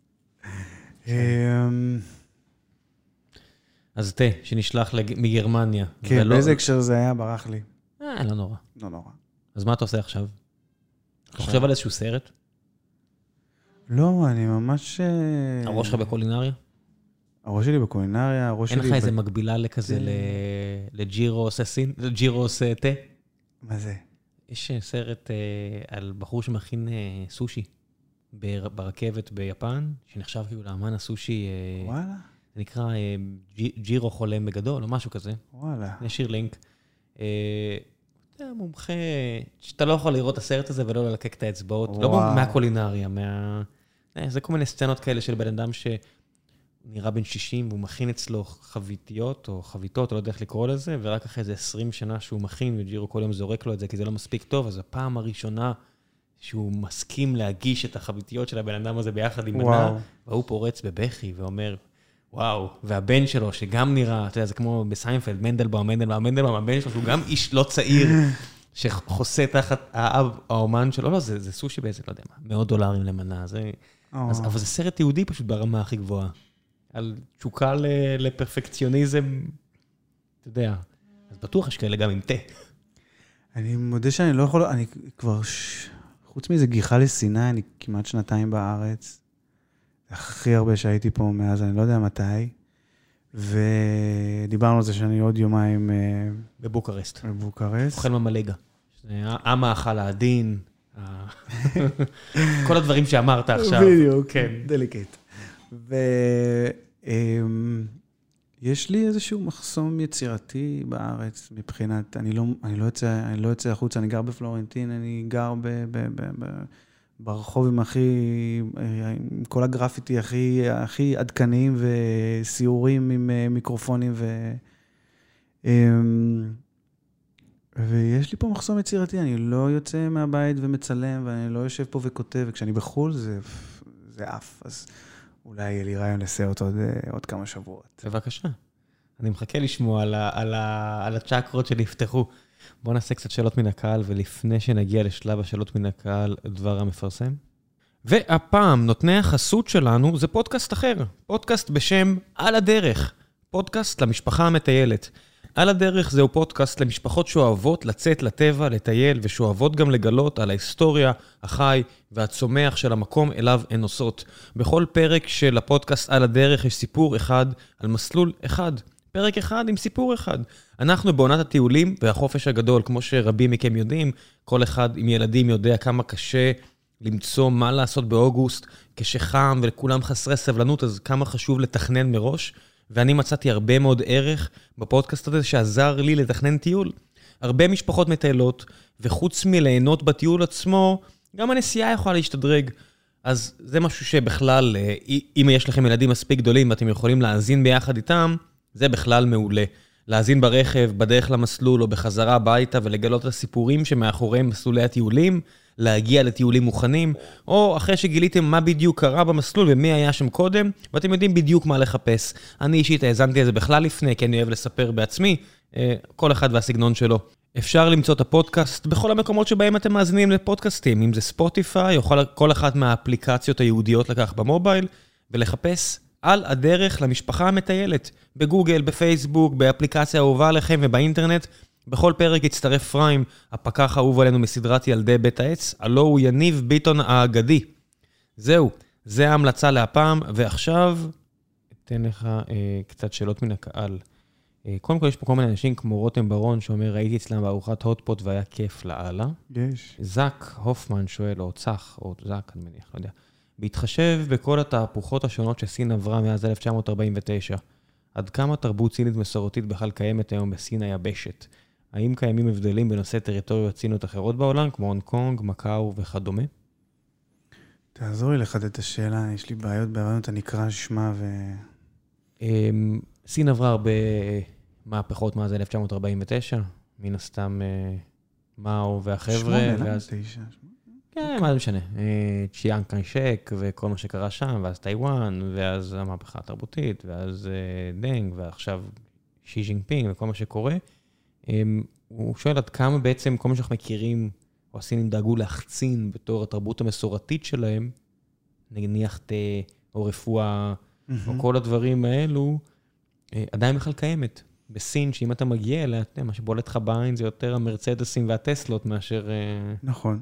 אז תה, שנשלח מגרמניה. כן, באיזה הקשר זה היה, ברח לי. אה, לא נורא. לא נורא. אז מה אתה עושה עכשיו? אתה חושב על איזשהו סרט? לא, אני ממש... הראש שלך בקולינריה? הראש שלי בקולינריה, הראש שלי... אין לך איזה מקבילה לכזה לג'ירו עושה סין? לג'ירו עושה תה? מה זה? יש סרט על בחור שמכין סושי ברכבת ביפן, שנחשב כאילו לאמן הסושי... וואלה. זה נקרא ג'ירו חולם בגדול, או משהו כזה. וואלה. נשאיר לינק. זה מומחה, שאתה לא יכול לראות את הסרט הזה ולא ללקק את האצבעות. לא מהקולינריה, מה... זה כל מיני סצנות כאלה של בן אדם שנראה בן שישים, והוא מכין אצלו חביתיות, או חביתות, או לא יודע איך לקרוא לזה, ורק אחרי איזה עשרים שנה שהוא מכין, וג'ירו כל יום זורק לו את זה, כי זה לא מספיק טוב, אז הפעם הראשונה שהוא מסכים להגיש את החביתיות של הבן אדם הזה ביחד עם מנה, והוא פורץ בבכי ואומר... וואו, והבן שלו, שגם נראה, אתה יודע, זה כמו בסיינפלד, מנדלבאום, מנדלבאום, מנדלבאום, הבן שלו, שהוא גם איש לא צעיר, שחוסה תחת האב, האומן שלו, לא, זה, זה סושי באיזה, לא יודע מה, מאות דולרים למנה, זה, אז, אבל זה סרט יהודי פשוט ברמה הכי גבוהה, על תשוקה לפרפקציוניזם, אתה יודע, אז בטוח יש כאלה גם עם תה. אני מודה שאני לא יכול, אני כבר, חוץ מזה גיחה לסיני, אני כמעט שנתיים בארץ, הכי הרבה שהייתי פה מאז, אני לא יודע מתי, ודיברנו על זה שאני עוד יומיים... בבוקרסט. בבוקרסט. אוכל ממלגה. עם האכל העדין, כל הדברים שאמרת עכשיו. בדיוק, דליקט. יש לי איזשהו מחסום יצירתי בארץ, מבחינת, אני לא, אני לא יוצא, אני לא יוצא החוץ, אני גר בפלורנטין, אני גר ב, ב, ב, ב, ברחוב עם הכי, עם כל הגרפיטי הכי, הכי עדכניים וסיורים עם מיקרופונים ו... ויש לי פה מחסום יצירתי, אני לא יוצא מהבית ומצלם, ואני לא יושב פה וכותב, וכשאני בחול זה, זה אף, אז אולי יהיה לי רעיון לסרט עוד, עוד כמה שבועות. בבקשה. אני מחכה לשמוע על, ה, על, ה, על הצ'קרות שנפתחו. בואו נעשה קצת שאלות מן הקהל, ולפני שנגיע לשלב השאלות מן הקהל, דבר המפרסם. והפעם, נותני החסות שלנו, זה פודקאסט אחר. פודקאסט בשם על הדרך. פודקאסט למשפחה המטיילת. על הדרך זהו פודקאסט למשפחות שאוהבות לצאת לטבע, לטייל, ושאוהבות גם לגלות על ההיסטוריה, החי והצומח של המקום אליו הן נוסעות. בכל פרק של הפודקאסט על הדרך יש סיפור אחד על מסלול אחד. פרק אחד עם סיפור אחד. אנחנו בעונת הטיולים והחופש הגדול, כמו שרבים מכם יודעים, כל אחד עם ילדים יודע כמה קשה למצוא מה לעשות באוגוסט, כשחם ולכולם חסרי סבלנות, אז כמה חשוב לתכנן מראש. ואני מצאתי הרבה מאוד ערך בפודקאסט הזה שעזר לי לתכנן טיול. הרבה משפחות מטיילות, וחוץ מליהנות בטיול עצמו, גם הנסיעה יכולה להשתדרג. אז זה משהו שבכלל, אם יש לכם ילדים מספיק גדולים ואתם יכולים להאזין ביחד איתם, זה בכלל מעולה. להאזין ברכב, בדרך למסלול או בחזרה הביתה ולגלות את הסיפורים שמאחוריהם מסלולי הטיולים, להגיע לטיולים מוכנים, או אחרי שגיליתם מה בדיוק קרה במסלול ומי היה שם קודם, ואתם יודעים בדיוק מה לחפש. אני אישית האזנתי את זה בכלל לפני, כי אני אוהב לספר בעצמי, כל אחד והסגנון שלו. אפשר למצוא את הפודקאסט בכל המקומות שבהם אתם מאזינים לפודקאסטים, אם זה ספוטיפיי, או כל אחת מהאפליקציות היהודיות לקח במובייל, ולחפש על הדרך למשפחה המטיילת, בגוגל, בפייסבוק, באפליקציה האהובה עליכם ובאינטרנט. בכל פרק יצטרף פריים, הפקח האהוב עלינו מסדרת ילדי בית העץ, הלא הוא יניב ביטון האגדי. זהו, זה ההמלצה להפעם, ועכשיו אתן לך אה, קצת שאלות מן הקהל. אה, קודם כל יש פה כל מיני אנשים כמו רותם ברון, שאומר, ראיתי אצלם בארוחת הוטפוט והיה כיף לאללה. יש. זק הופמן שואל, או צח, או זק, אני מניח, לא יודע. בהתחשב בכל התהפוכות השונות שסין עברה מאז אלף תשע מאות ארבעים ותשע, עד כמה תרבות סינית מסורתית בכלל קיימת היום בסין היבשת? האם קיימים הבדלים בנושא טריטוריות סיניות אחרות בעולם, כמו הונג קונג, מקאו וכדומה? תעזור לי לחדד את השאלה, יש לי בעיות בערנות, אני אקרא שמה ו... סין עברה הרבה מהפכות מאז אלף תשע מאות ארבעים ותשע, מן הסתם מאו והחבר'ה. שמונה, למה תשע? כן, מה זה משנה. צ'יאנג קאי-שק וכל מה שקרה שם, ואז טיואן, ואז המהפכה התרבותית, ואז דנג, ועכשיו שי ג'ינפינג וכל מה שקורה. הוא שואל עד כמה בעצם כל מה שאנחנו מכירים, או הסינים דאגו להחצין בתור התרבות המסורתית שלהם, נניח תה או רפואה, או כל הדברים האלו, עדיין בכלל קיימת. בסין, שאם אתה מגיע אליה, מה שבולט לך בעין זה יותר המרצדסים והטסלות מאשר... נכון.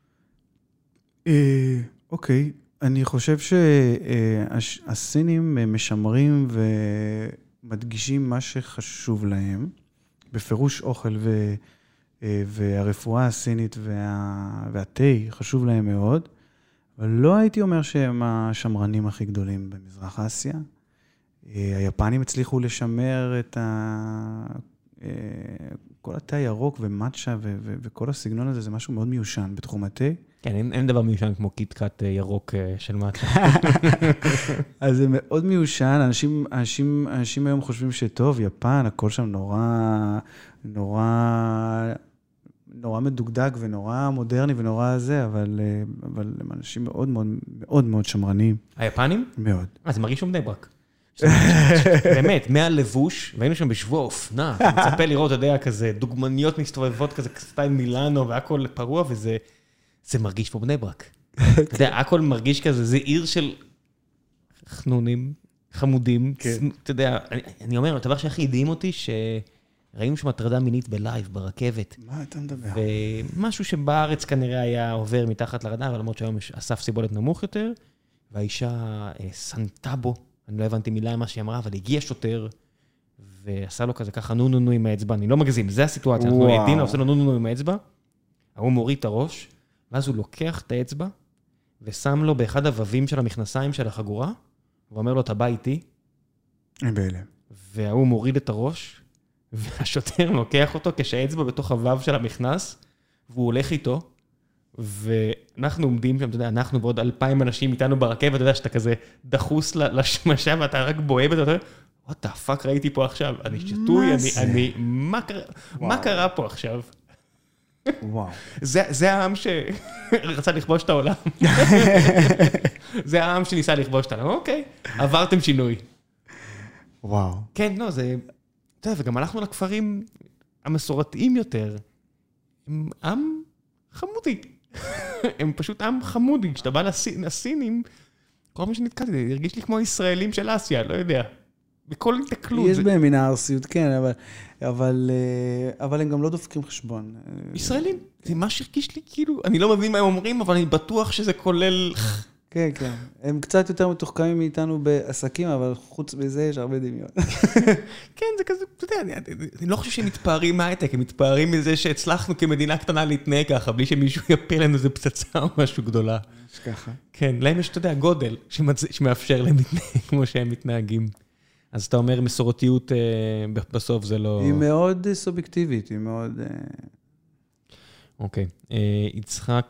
אוקיי, אני חושב שהסינים משמרים ומדגישים מה שחשוב להם, בפירוש אוכל ו, והרפואה הסינית וה, והתה חשוב להם מאוד, אבל לא הייתי אומר שהם השמרנים הכי גדולים במזרח אסיה. היפנים הצליחו לשמר את ה... כל התה ירוק ומאצ'ה ו- ו- וכל הסגנון הזה, זה משהו מאוד מיושן בתחום התה. כן, אין, אין דבר מיושן כמו קיטקאט ירוק של מאצ'ה. אז זה מאוד מיושן, אנשים, אנשים, אנשים היום חושבים שטוב, יפן, הכל שם נורא, נורא, נורא מדוקדק ונורא מודרני ונורא זה, אבל, אבל הם אנשים מאוד מאוד מאוד מאוד שמרנים. היפנים? מאוד. אז זה מרגיש שם בני ברק. באמת, מהלבוש, והיינו שם בשבוע אופנה, מצפה לראות, אתה יודע, כזה, דוגמניות מסתובבות כזה, סטייל מילאנו, והכל פרוע, וזה זה מרגיש פה בני ברק. אתה יודע, הכל מרגיש כזה, זה עיר של חנונים, חמודים, אתה יודע, אני אומר, הדבר שהכי הדהים אותי, שראינו שם הטרדה מינית בלייב, ברכבת. מה אתה מדבר? ומשהו שבארץ כנראה היה עובר מתחת לרדאר, אבל למרות שהיום יש אסף סיבולת נמוך יותר, והאישה סנטה בו, אני לא הבנתי מילה מה שהיא אמרה, אבל הגיע שוטר, ועשה לו כזה ככה נו נו נו עם האצבע, אני לא מגזים, זה הסיטואציה, אנחנו עדים, עושה לו נו נו נו עם האצבע, הוא מוריד את הראש, ואז הוא לוקח את האצבע, ושם לו באחד הווים של המכנסיים של החגורה, ואומר לו, אתה בא איתי. אין בהלם. והוא מוריד את הראש, והשוטר לוקח אותו כשהאצבע בתוך הוו של המכנס, והוא הולך איתו, ואנחנו עומדים שם, אתה יודע, אנחנו ועוד אלפיים אנשים איתנו ברכבת, אתה יודע שאתה כזה דחוס לשמשה, ואתה רק בוהה בזה, אתה אומר, what the fuck ראיתי פה עכשיו? אני שטוי, אני, מה קרה, מה קרה פה עכשיו? וואו. זה העם שרצה לכבוש את העולם. זה העם שניסה לכבוש את העולם. אוקיי, עברתם שינוי. וואו. כן, לא, זה... אתה יודע, וגם הלכנו לכפרים המסורתיים יותר. הם עם חמודי. הם פשוט עם חמודי. כשאתה בא לסינים, כל מה שנתקלתי, הרגיש לי כמו ישראלים של אסיה, לא יודע. בכל התקלות. יש בהם מן הארסיות, כן, אבל, אבל, אבל הם גם לא דופקים חשבון. ישראלים, זה מה שהרגיש לי, כאילו, אני לא מבין מה הם אומרים, אבל אני בטוח שזה כולל... כן, כן. הם קצת יותר מתוחכמים מאיתנו בעסקים, אבל חוץ מזה יש הרבה דמיון. כן, זה כזה, אתה יודע, אני, אני לא חושב שהם מתפארים מהייטק, הם מתפארים מזה שהצלחנו כמדינה קטנה להתנהג ככה, בלי שמישהו יפיל לנו איזה פצצה או משהו גדולה. יש ככה. כן, להם יש, אתה יודע, גודל שמאפשר להם להתנהג כמו שהם מתנהגים. אז אתה אומר, מסורתיות בסוף זה לא... היא מאוד סובייקטיבית, היא מאוד... אוקיי. יצחק...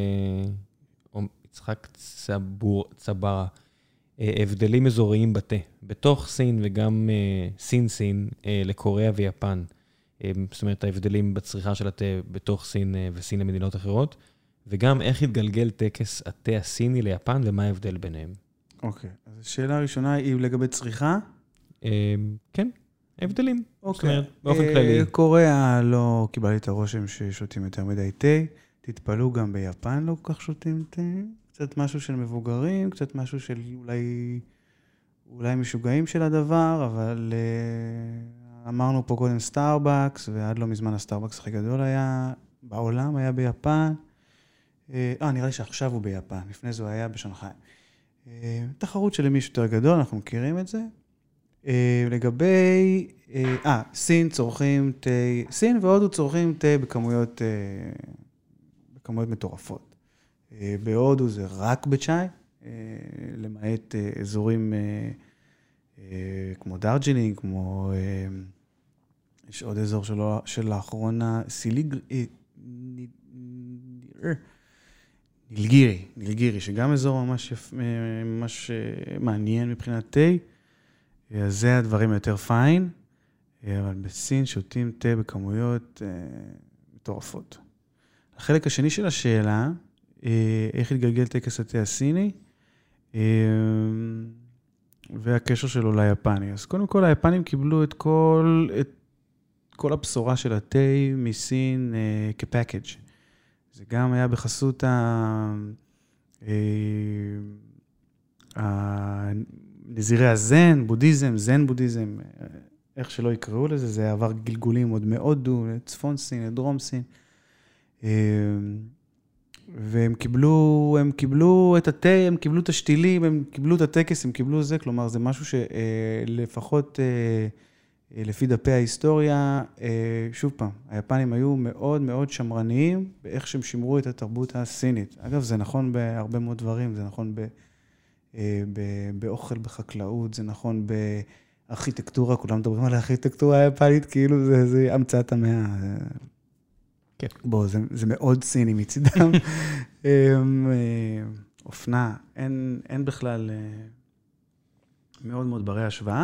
יצחק צברה, הבדלים אזוריים בתה, בתוך סין וגם סין סין לקוריאה ויפן. זאת אומרת, ההבדלים בצריכה של התה בתוך סין וסין למדינות אחרות, וגם איך התגלגל טקס התה הסיני ליפן ומה ההבדל ביניהם. אוקיי, אז השאלה הראשונה היא לגבי צריכה? כן, הבדלים. אוקיי. זאת אומרת, באופן כללי. קוריאה לא קיבלתי את הרושם ששותים יותר מדי תה, תתפלאו גם ביפן לא כל כך שותים תה. קצת משהו של מבוגרים, קצת משהו של אולי, אולי משוגעים של הדבר, אבל uh, אמרנו פה קודם סטארבקס, ועד לא מזמן הסטארבקס הכי גדול היה בעולם, היה ביפן. אה, נראה לי שעכשיו הוא ביפן, לפני זה הוא היה בשנגחאי. Uh, תחרות של מישהו יותר גדול, אנחנו מכירים את זה. Uh, לגבי, אה, uh, סין צורכים תה, סין והודו צורכים תה בכמויות, uh, בכמויות מטורפות. בהודו זה רק בצ'אי, למעט אזורים כמו דארג'ילינג, כמו, יש עוד אזור של האחרונה, סיליג, נילגירי, נילגירי, שגם אזור ממש, ממש מעניין מבחינת תה, אז זה הדברים יותר פיין, אבל בסין שותים תה בכמויות מטורפות. החלק השני של השאלה, איך התגלגל טקס התה הסיני, והקשר שלו ליפני. אז קודם כל, היפנים קיבלו את כל, את כל הבשורה של התה מסין כפאקג'. זה גם היה בחסות הנזירי הזן, בודהיזם, זן בודהיזם, איך שלא יקראו לזה, זה עבר גלגולים עוד מהודו, לצפון סין, לדרום סין. והם קיבלו, הם קיבלו את התה, הם קיבלו את השתילים, הם קיבלו את הטקס, הם קיבלו זה, כלומר, זה משהו שלפחות לפי דפי ההיסטוריה, שוב פעם, היפנים היו מאוד מאוד שמרניים באיך שהם שימרו את התרבות הסינית. אגב, זה נכון בהרבה מאוד דברים, זה נכון ב, ב, באוכל, בחקלאות, זה נכון בארכיטקטורה, כולם מדברים על הארכיטקטורה היפנית, כאילו זה, זה המצאת המאה. כן. בוא, זה, זה מאוד סיני מצידם. אופנה, אין, אין בכלל מאוד מאוד ברי השוואה.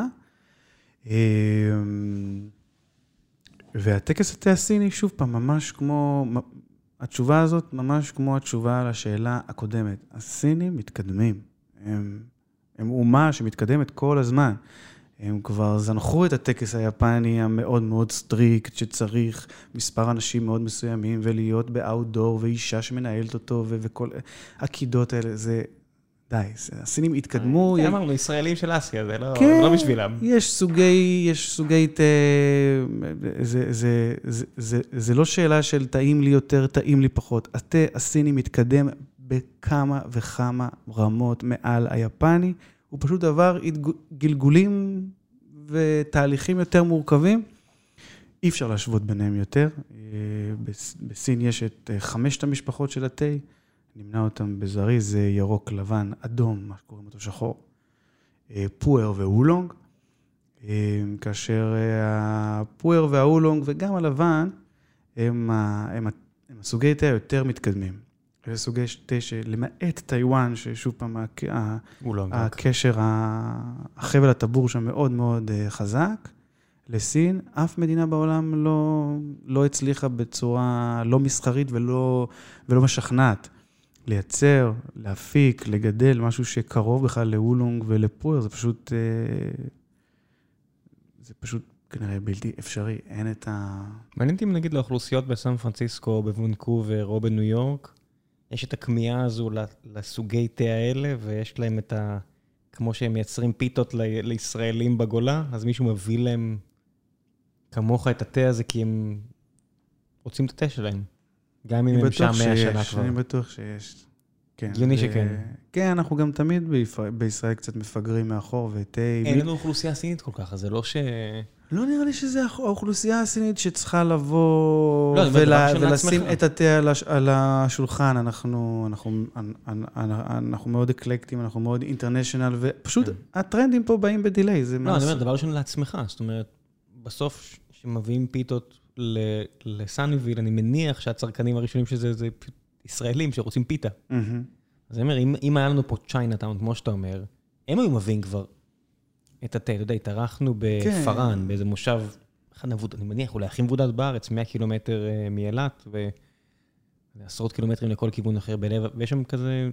והטקס התה הסיני, שוב פעם, ממש כמו, התשובה הזאת ממש כמו התשובה לשאלה הקודמת. הסינים מתקדמים. הם, הם אומה שמתקדמת כל הזמן. הם כבר זנחו את הטקס היפני המאוד מאוד סטריקט, שצריך מספר אנשים מאוד מסוימים, ולהיות באוטדור, ואישה שמנהלת אותו, ו- וכל הקידות האלה, זה די, זה, הסינים התקדמו. כן, אמרנו, ישראלים של אסיה, זה לא, כן, לא בשבילם. יש סוגי, יש סוגי, תה, זה, זה, זה, זה, זה לא שאלה של טעים לי יותר, טעים לי פחות. התה הסיני מתקדם בכמה וכמה רמות מעל היפני, הוא פשוט עבר גלגולים ותהליכים יותר מורכבים. אי אפשר להשוות ביניהם יותר. בסין יש את חמשת המשפחות של התה, נמנה אותם בזרי, זה ירוק, לבן, אדום, מה שקוראים אותו שחור, פואר ואולונג. כאשר הפואר והאולונג וגם הלבן, הם, הם, הם הסוגי תה היותר מתקדמים. אלה סוגי תה שלמעט טיואן, ששוב פעם הקשר, החבל הטבור שם מאוד מאוד חזק, לסין, אף מדינה בעולם לא, לא הצליחה בצורה לא מסחרית ולא, ולא משכנעת. לייצר, להפיק, לגדל, משהו שקרוב בכלל לאולונג ולפואר, זה פשוט, זה פשוט כנראה בלתי אפשרי. אין את ה... מעניין אם נגיד לאוכלוסיות בסן פרנסיסקו, בוונקובר או בניו יורק, יש את הכמיהה הזו לסוגי תה האלה, ויש להם את ה... כמו שהם מייצרים פיתות ל... לישראלים בגולה, אז מישהו מביא להם כמוך את התה הזה, כי הם רוצים את התה שלהם. גם אם הם שם מאה שנה כבר. אני בטוח שיש. הגיוני שכן. כן, אנחנו גם תמיד בישראל קצת מפגרים מאחור, ותה... אין לנו אוכלוסייה סינית כל כך, אז זה לא ש... לא נראה לי שזה האוכלוסייה הסינית שצריכה לבוא ולשים את התה על השולחן. אנחנו מאוד אקלקטים, אנחנו מאוד אינטרנשיונל, ופשוט הטרנדים פה באים בדילי. לא, אני אומר, דבר ראשון לעצמך. זאת אומרת, בסוף שמביאים פיתות לסניביל, אני מניח שהצרכנים הראשונים שזה ישראלים שרוצים פיתה. אז אני אומר, אם היה לנו פה צ'יינאטאון, כמו שאתה אומר, הם היו מביאים כבר את התה, אתה יודע, התארחנו בפרן, באיזה מושב, אני מניח, אולי הכי מבודד בארץ, מאה קילומטר מאילת, ועשרות קילומטרים לכל כיוון אחר בלב, ויש שם כזה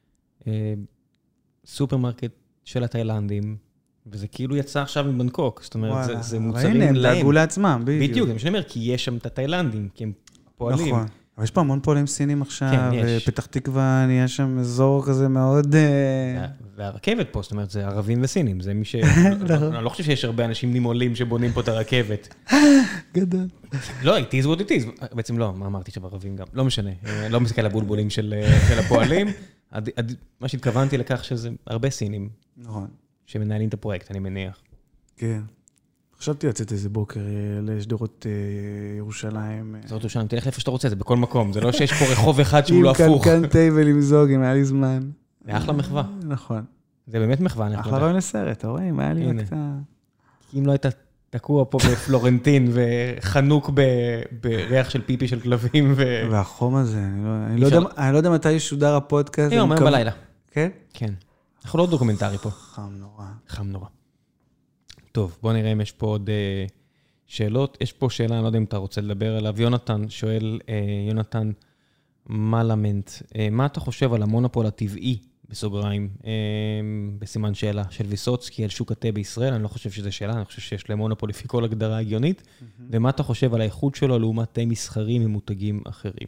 סופרמרקט של התאילנדים, וזה כאילו יצא עכשיו מבנקוק, זאת אומרת, זה מוצרים להם. הם דאגו לעצמם, בדיוק. בדיוק, אני אומר, כי יש שם את התאילנדים, כי הם פועלים. נכון. אבל יש פה המון פועלים סינים עכשיו, ופתח תקווה, נהיה שם אזור כזה מאוד... והרכבת פה, זאת אומרת, זה ערבים וסינים, זה מי ש... אני לא חושב שיש הרבה אנשים נימולים שבונים פה את הרכבת. גדול. לא, it is what it is. בעצם לא, מה אמרתי שם ערבים גם? לא משנה, לא מסתכל על הבולבולים של הפועלים. מה שהתכוונתי לכך שזה הרבה סינים. נכון. שמנהלים את הפרויקט, אני מניח. כן. חשבתי לצאת איזה בוקר לשדרות ירושלים. זה אותו שם, תלך איפה שאתה רוצה, זה בכל מקום. זה לא שיש פה רחוב אחד שהוא לא הפוך. עם קנקן טייבל עם זוגים, היה לי זמן. זה אחלה מחווה. נכון. זה באמת מחווה. אחלה רעיון לסרט, אתה רואה? היה לי מקטע. אם לא היית תקוע פה בפלורנטין וחנוק בריח של פיפי של כלבים. והחום הזה, אני לא יודע מתי ישודר הפודקאסט. היום, היום בלילה. כן? כן. אנחנו לא דוקומנטרי פה. חם נורא. חם נורא. טוב, בוא נראה אם יש פה עוד uh, שאלות. יש פה שאלה, אני לא יודע אם אתה רוצה לדבר עליו. יונתן שואל, uh, יונתן מלמנט, uh, מה אתה חושב על המונופול הטבעי, בסוגריים, uh, בסימן שאלה, של ויסוצקי על שוק התה בישראל? אני לא חושב שזה שאלה, אני חושב שיש להם מונופול לפי כל הגדרה הגיונית. Mm-hmm. ומה אתה חושב על האיכות שלו לעומת תה מסחרי ממותגים אחרים?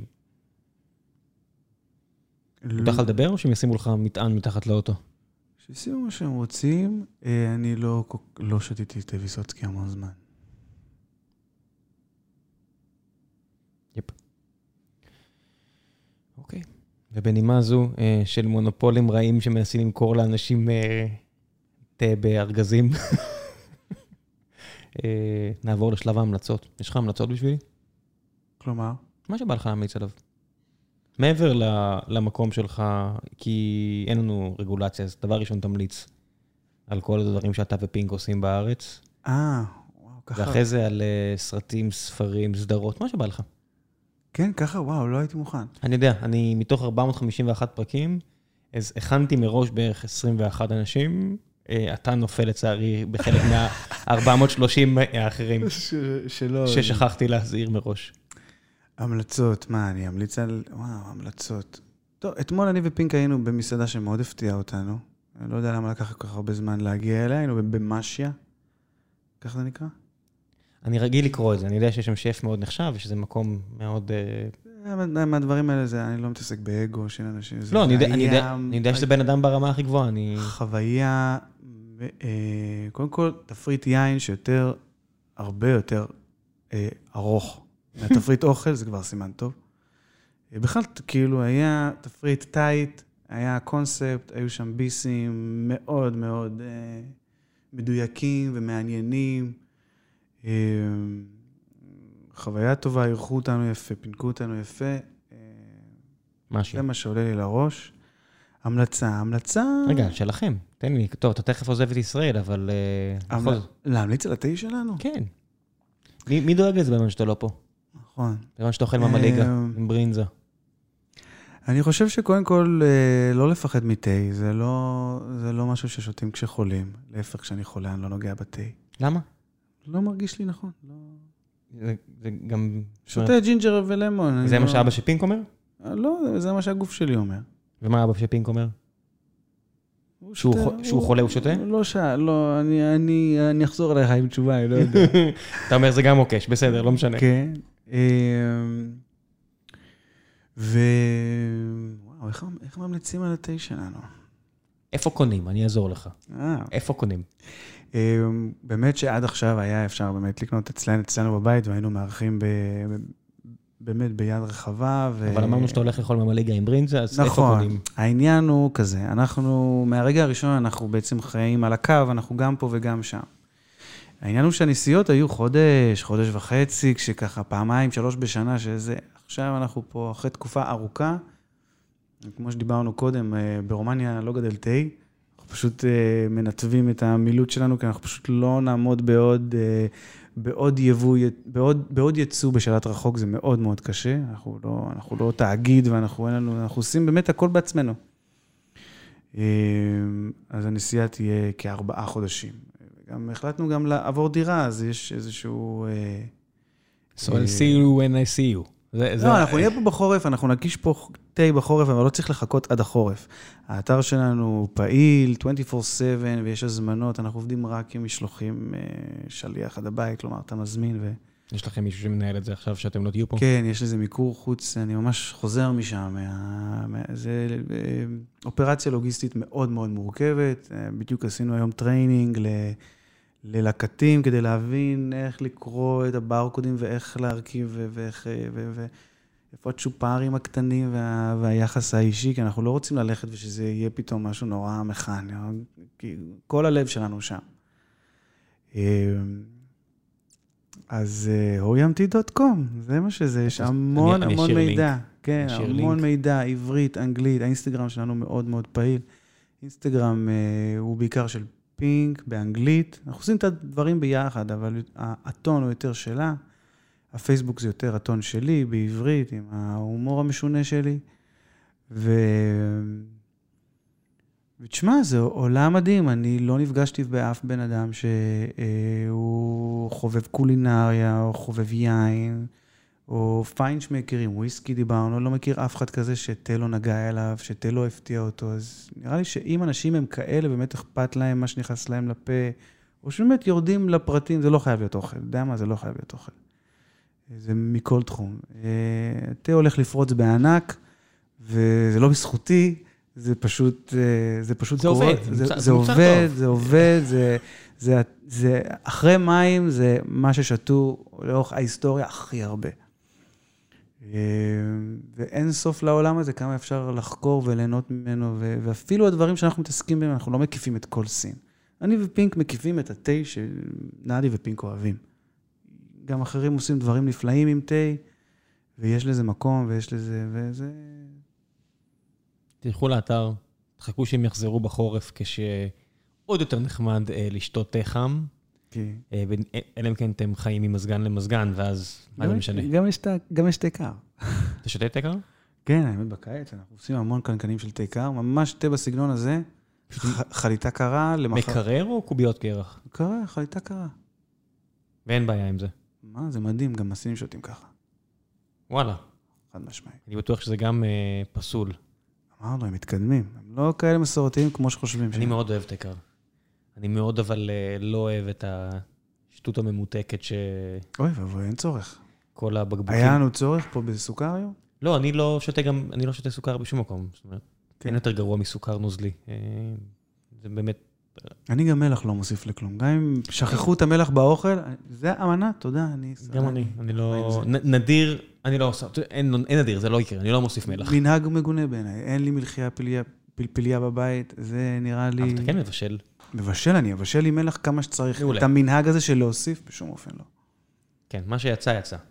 אתה יכול לדבר או שהם ישימו לך מטען מתחת לאוטו? שישימו מה שהם רוצים, אני לא, לא שתיתי את ויסוצקי המון זמן. יפ. אוקיי. ובנימה זו של מונופולים רעים שמנסים למכור לאנשים תה בארגזים, נעבור לשלב ההמלצות. יש לך המלצות בשבילי? כלומר? מה שבא לך להמליץ עליו? מעבר למקום שלך, כי אין לנו רגולציה, אז דבר ראשון תמליץ על כל הדברים שאתה ופינק עושים בארץ. אה, וואו, ככה. ואחרי זה על סרטים, ספרים, סדרות, מה שבא לך. כן, ככה, וואו, לא הייתי מוכן. אני יודע, אני מתוך ארבע מאות חמישים ואחת פרקים, אז הכנתי מראש בערך עשרים ואחת אנשים, אתה נופל לצערי בחלק מה-ארבע מאות שלושים האחרים, ששכחתי להזהיר מראש. המלצות, מה, אני אמליץ על... וואו, המלצות. טוב, אתמול אני ופינק היינו במסעדה שמאוד הפתיעה אותנו. אני לא יודע למה לקח כל כך הרבה זמן להגיע אליה, היינו במשיה. כך זה נקרא? אני רגיל לקרוא את זה, אני יודע שיש שם שף מאוד נחשב, ושזה מקום מאוד... מהדברים האלה זה, אני לא מתעסק באגו של אנשים. לא, אני יודע שזה בן אדם ברמה הכי גבוהה, אני... חוויה, קודם כל, תפריט יין שיותר, הרבה יותר ארוך. מהתפריט אוכל, זה כבר סימן טוב. בכלל, כאילו, היה תפריט טייט, היה קונספט, היו שם ביסים מאוד מאוד אה, מדויקים ומעניינים. אה, חוויה טובה, ערכו אותנו יפה, פינקו אותנו יפה. משהו. זה מה שעולה לי לראש. המלצה, המלצה... רגע, שלכם. תן לי, טוב, אתה תכף עוזב את ישראל, אבל... להמליץ על התה שלנו? כן. מי דואג לזה במה שאתה לא פה? נכון. במה שאתה אוכל ממליגה, עם ברינזה. אני חושב שקודם כל לא לפחד מתה, זה לא, זה לא משהו ששותים כשחולים. להפך, כשאני חולה, אני לא נוגע בתה. למה? לא מרגיש לי נכון. זה, זה גם... שותה ג'ינג'ר ולמון. זה מה שאבא שפינק אומר? לא, זה מה שהגוף שלי אומר. ומה אבא שפינק אומר? שהוא חולה הוא שותה? לא שעה, לא, אני אחזור אליך עם תשובה, אני לא יודע. אתה אומר, זה גם מוקש, בסדר, לא משנה. כן. ו... וואו, איך ממליצים על התה שלנו? איפה קונים? אני אעזור לך. איפה קונים? באמת שעד עכשיו היה אפשר באמת לקנות אצלנו, אצלנו בבית, והיינו מארחים באמת ביד רחבה. אבל אמרנו שאתה הולך לאכול ממליגה עם ברינזה, אז איפה קונים? נכון, העניין הוא כזה, אנחנו, מהרגע הראשון אנחנו בעצם חיים על הקו, אנחנו גם פה וגם שם. העניין הוא שהנסיעות היו חודש, חודש וחצי, כשככה פעמיים, שלוש בשנה, שזה, עכשיו אנחנו פה אחרי תקופה ארוכה, כמו שדיברנו קודם, ברומניה לא גדל תה, אנחנו פשוט מנתבים את המילוט שלנו, כי אנחנו פשוט לא נעמוד בעוד, בעוד יבוא, בעוד, בעוד יצוא בשלט רחוק, זה מאוד מאוד קשה, אנחנו לא, אנחנו לא תאגיד, ואנחנו אין לנו, אנחנו עושים באמת הכל בעצמנו. אז הנסיעה תהיה כארבעה חודשים. גם החלטנו גם לעבור דירה, אז יש איזשהו... So I'll see you when I see you. לא, אנחנו נהיה פה בחורף, אנחנו נקיש פה תה בחורף, אבל לא צריך לחכות עד החורף. האתר שלנו פעיל, עשרים וארבע שבע, ויש הזמנות, אנחנו עובדים רק עם משלוחים שליח עד הבית, כלומר, אתה מזמין ו... יש לכם מישהו שמנהל את זה עכשיו שאתם לא תהיו פה? כן, יש לזה מיקור חוץ, אני ממש חוזר משם. זה אופרציה לוגיסטית מאוד מאוד מורכבת, בדיוק עשינו היום טריינינג ללקטים, כדי להבין איך לקרוא את הברקודים ואיך להרכיב ואיך, ואיפה הצ'ופרים הקטנים וה, והיחס האישי, כי אנחנו לא רוצים ללכת ושזה יהיה פתאום משהו נורא מכני, כי כל הלב שלנו שם. אז הויאמתי דוט קום, זה מה שזה, יש המון המון מידע. כן, המון מידע, עברית, אנגלית, האינסטגרם שלנו מאוד מאוד פעיל. אינסטגרם הוא בעיקר של פינק, באנגלית. אנחנו עושים את הדברים ביחד, אבל הטון הוא יותר שלה. הפייסבוק זה יותר הטון שלי, בעברית, עם ההומור המשונה שלי. ו... ותשמע, זה עולם מדהים. אני לא נפגשתי באף בן אדם שהוא חובב קולינריה, או חובב יין, או פיינשמקרים, וויסקי דיברנו, לא מכיר אף אחד כזה שתה לא נגע אליו, שתה לא הפתיע אותו. אז נראה לי שאם אנשים הם כאלה, באמת אכפת להם מה שנכנס להם לפה, או שבאמת יורדים לפרטים, זה לא חייב להיות אוכל. יודע מה? זה לא חייב להיות אוכל. זה מכל תחום. תה הולך לפרוץ בענק, וזה לא בזכותי, זה פשוט, זה פשוט זה עובד, זה, זה, זה עובד, זה עובד, זה, זה, זה, אחרי מים זה מה ששתו לאורך ההיסטוריה הכי הרבה. ואין סוף לעולם הזה, כמה אפשר לחקור וליהנות ממנו, ואפילו הדברים שאנחנו מתעסקים בהם, אנחנו לא מקיפים את כל סין. אני ופינק מקיפים את התה שנעדי ופינק אוהבים. גם אחרים עושים דברים נפלאים עם תה, ויש לזה מקום, ויש לזה, וזה... תלכו לאתר, תחכו שהם יחזרו בחורף, כשעוד יותר נחמד לשתות תה חם, אלא אם כן אתם חיים ממזגן למזגן, ואז מה זה משנה? גם יש תה קר. אתה שותה תה קר? כן, האמת בקיץ, אנחנו עושים המון קנקנים של תה קר, ממש תה בסגנון הזה, חליטה קרה למחר. מקרר או קוביות קרח? קרה, חליטה קרה. ואין בעיה עם זה. מה, זה מדהים, גם הסינים שותים ככה. וואלה. חד משמעי. אני בטוח שזה גם פסול. אמרנו, הם מתקדמים. הם לא כאלה מסורתיים כמו שחושבים. אני מאוד אוהב תה קר. אני מאוד אבל לא אוהב את השטות הממותקת ש... אוי, אבל אין צורך. כל הבקבוקים. היה לנו צורך פה בסוכר היום? לא, אני לא שותה גם, אני לא שותה סוכר בשום מקום. זאת אומרת, אין יותר גרוע מסוכר נוזלי. זה באמת... אני גם מלח לא מוסיף לכלום. גם אם שכחו את המלח באוכל, זה אמנה, תודה. גם אני, אני לא... נדיר, אני לא עושה, אין נדיר, זה לא יקרה, אני לא מוסיף מלח. מנהג מגונה בעיניי, אין לי מלחייה פלפליה בבית, זה נראה לי... אבל אתה כן מבשל. מבשל אני, מבשל עם מלח כמה שצריך. את המנהג הזה של להוסיף, בשום אופן לא. כן, מה שיצא, יצא.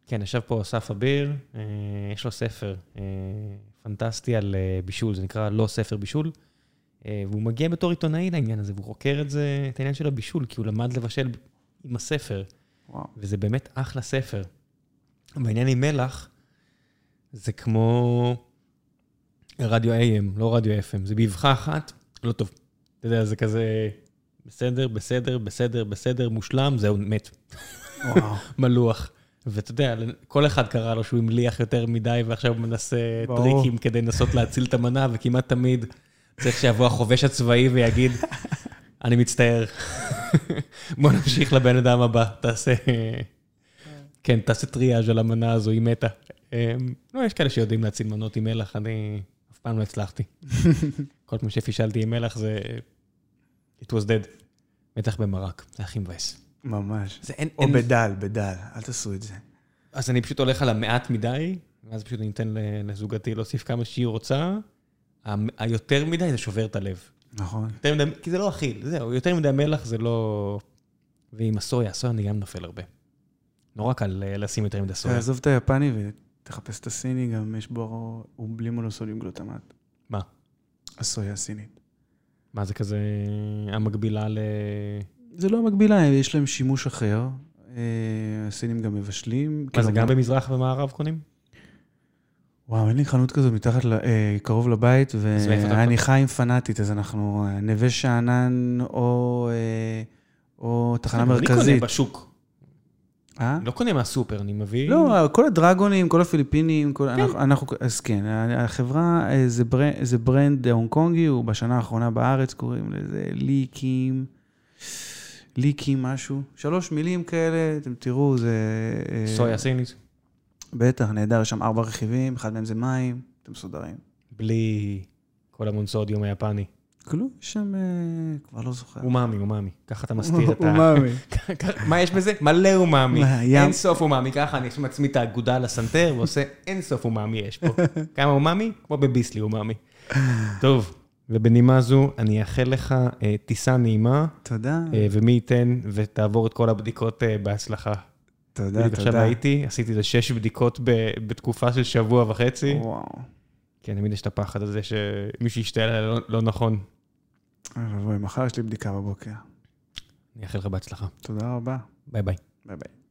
כן, ישב פה אסף אביר, יש לו ספר פנטסטי על בישול, זה נקרא לא ספר בישול, והוא מגיע בתור עיתונאי לעניין הזה, והוא חוקר את זה, את העניין של הבישול, כי הוא למד לבשל עם הספר, וואו. וזה באמת אחלה ספר. בעניין עם מלח, זה כמו רדיו איי אם, לא רדיו אף אם, זה באבחה אחת, לא טוב. אתה יודע, זה כזה בסדר, בסדר, בסדר, בסדר, מושלם, זהו מת. וואו. מלוח. ואתה יודע, כל אחד קרא לו שהוא המליח יותר מדי, ועכשיו הוא מנסה טריקים כדי לנסות להציל את המנה, וכמעט תמיד צריך שיבוא החובש הצבאי ויגיד, אני מצטער. בוא נמשיך לבן אדם הבא, תעשה, כן, תעשה טריאז' על המנה הזו, היא מתה. לא, יש כאלה שיודעים להציל מנות עם מלח, אני אף פעם לא הצלחתי. כל פעם שפישלתי עם מלח זה, it was dead. בטח במרק, זה הכי מבאס. ממש. או בדל, בדל, אל תעשו את זה. אז אני פשוט הולך על המעט מדי, ואז פשוט אני אתן לזוגתי להוסיף כמה שהיא רוצה. היותר מדי זה שובר את הלב. נכון. כי זה לא אכיל, זהו, יותר מדי מלח זה לא... ועם הסויה, הסויה אני גם נופל הרבה. נורא קל לשים יותר מדי סויה. תעזוב את היפני ותחפש את הסיני, גם יש בו, הוא בלי מונוסודיום גלוטמט. מה? הסויה הסינית. מה זה כזה המקבילה ל... זה לא המקבילה, יש להם שימוש אחר. הסינים גם מבשלים. מה זה גם במזרח ומערב קונים? וואו, אין לי חנות כזו מתחת, קרוב לבית, ואני חיים פנאטית, אז אנחנו נווה שאנן או תחנה מרכזית. אני קונה בשוק. אה? לא קונה מהסופר, אני מביא... לא, כל הדרגונים, כל הפיליפינים, אז כן, החברה, זה ברנד הונג קונגי, הוא בשנה האחרונה בארץ, קוראים לזה ליקים, ליקים משהו, שלוש מילים כאלה, אתם תראו, זה... סויה סינית. בטח, נהדר, יש שם ארבע רכיבים, אחד מהם זה מים, אתם מסודרים. בלי כל המונסודיום היפני. כלום, יש שם, כבר לא זוכר. אומאמי, אומאמי, ככה אתה מסתיר את ה... אומאמי. מה יש בזה? מלא אומאמי. אין סוף אומאמי, ככה אני מעצמי את האגודה לסנטר, ועושה אין סוף אומאמי יש פה. כמה אומאמי? כמו בביסלי אומאמי. טוב, ובנימה זו, אני אאחל לך טיסה נעימה. תודה. ומי ייתן ותעבור את כל הבדיקות בהצלחה. תודה, תודה. עכשיו הייתי, עשיתי זה שש בדיקות בתקופה של שבוע וחצי. וואו. כן, תמיד יש את הפחד הזה שמישהו ישתה עליה לא נכון. מחר יש לי בדיקה בבוקר. אני אאחל לך בהצלחה. תודה רבה. ביי ביי. ביי ביי.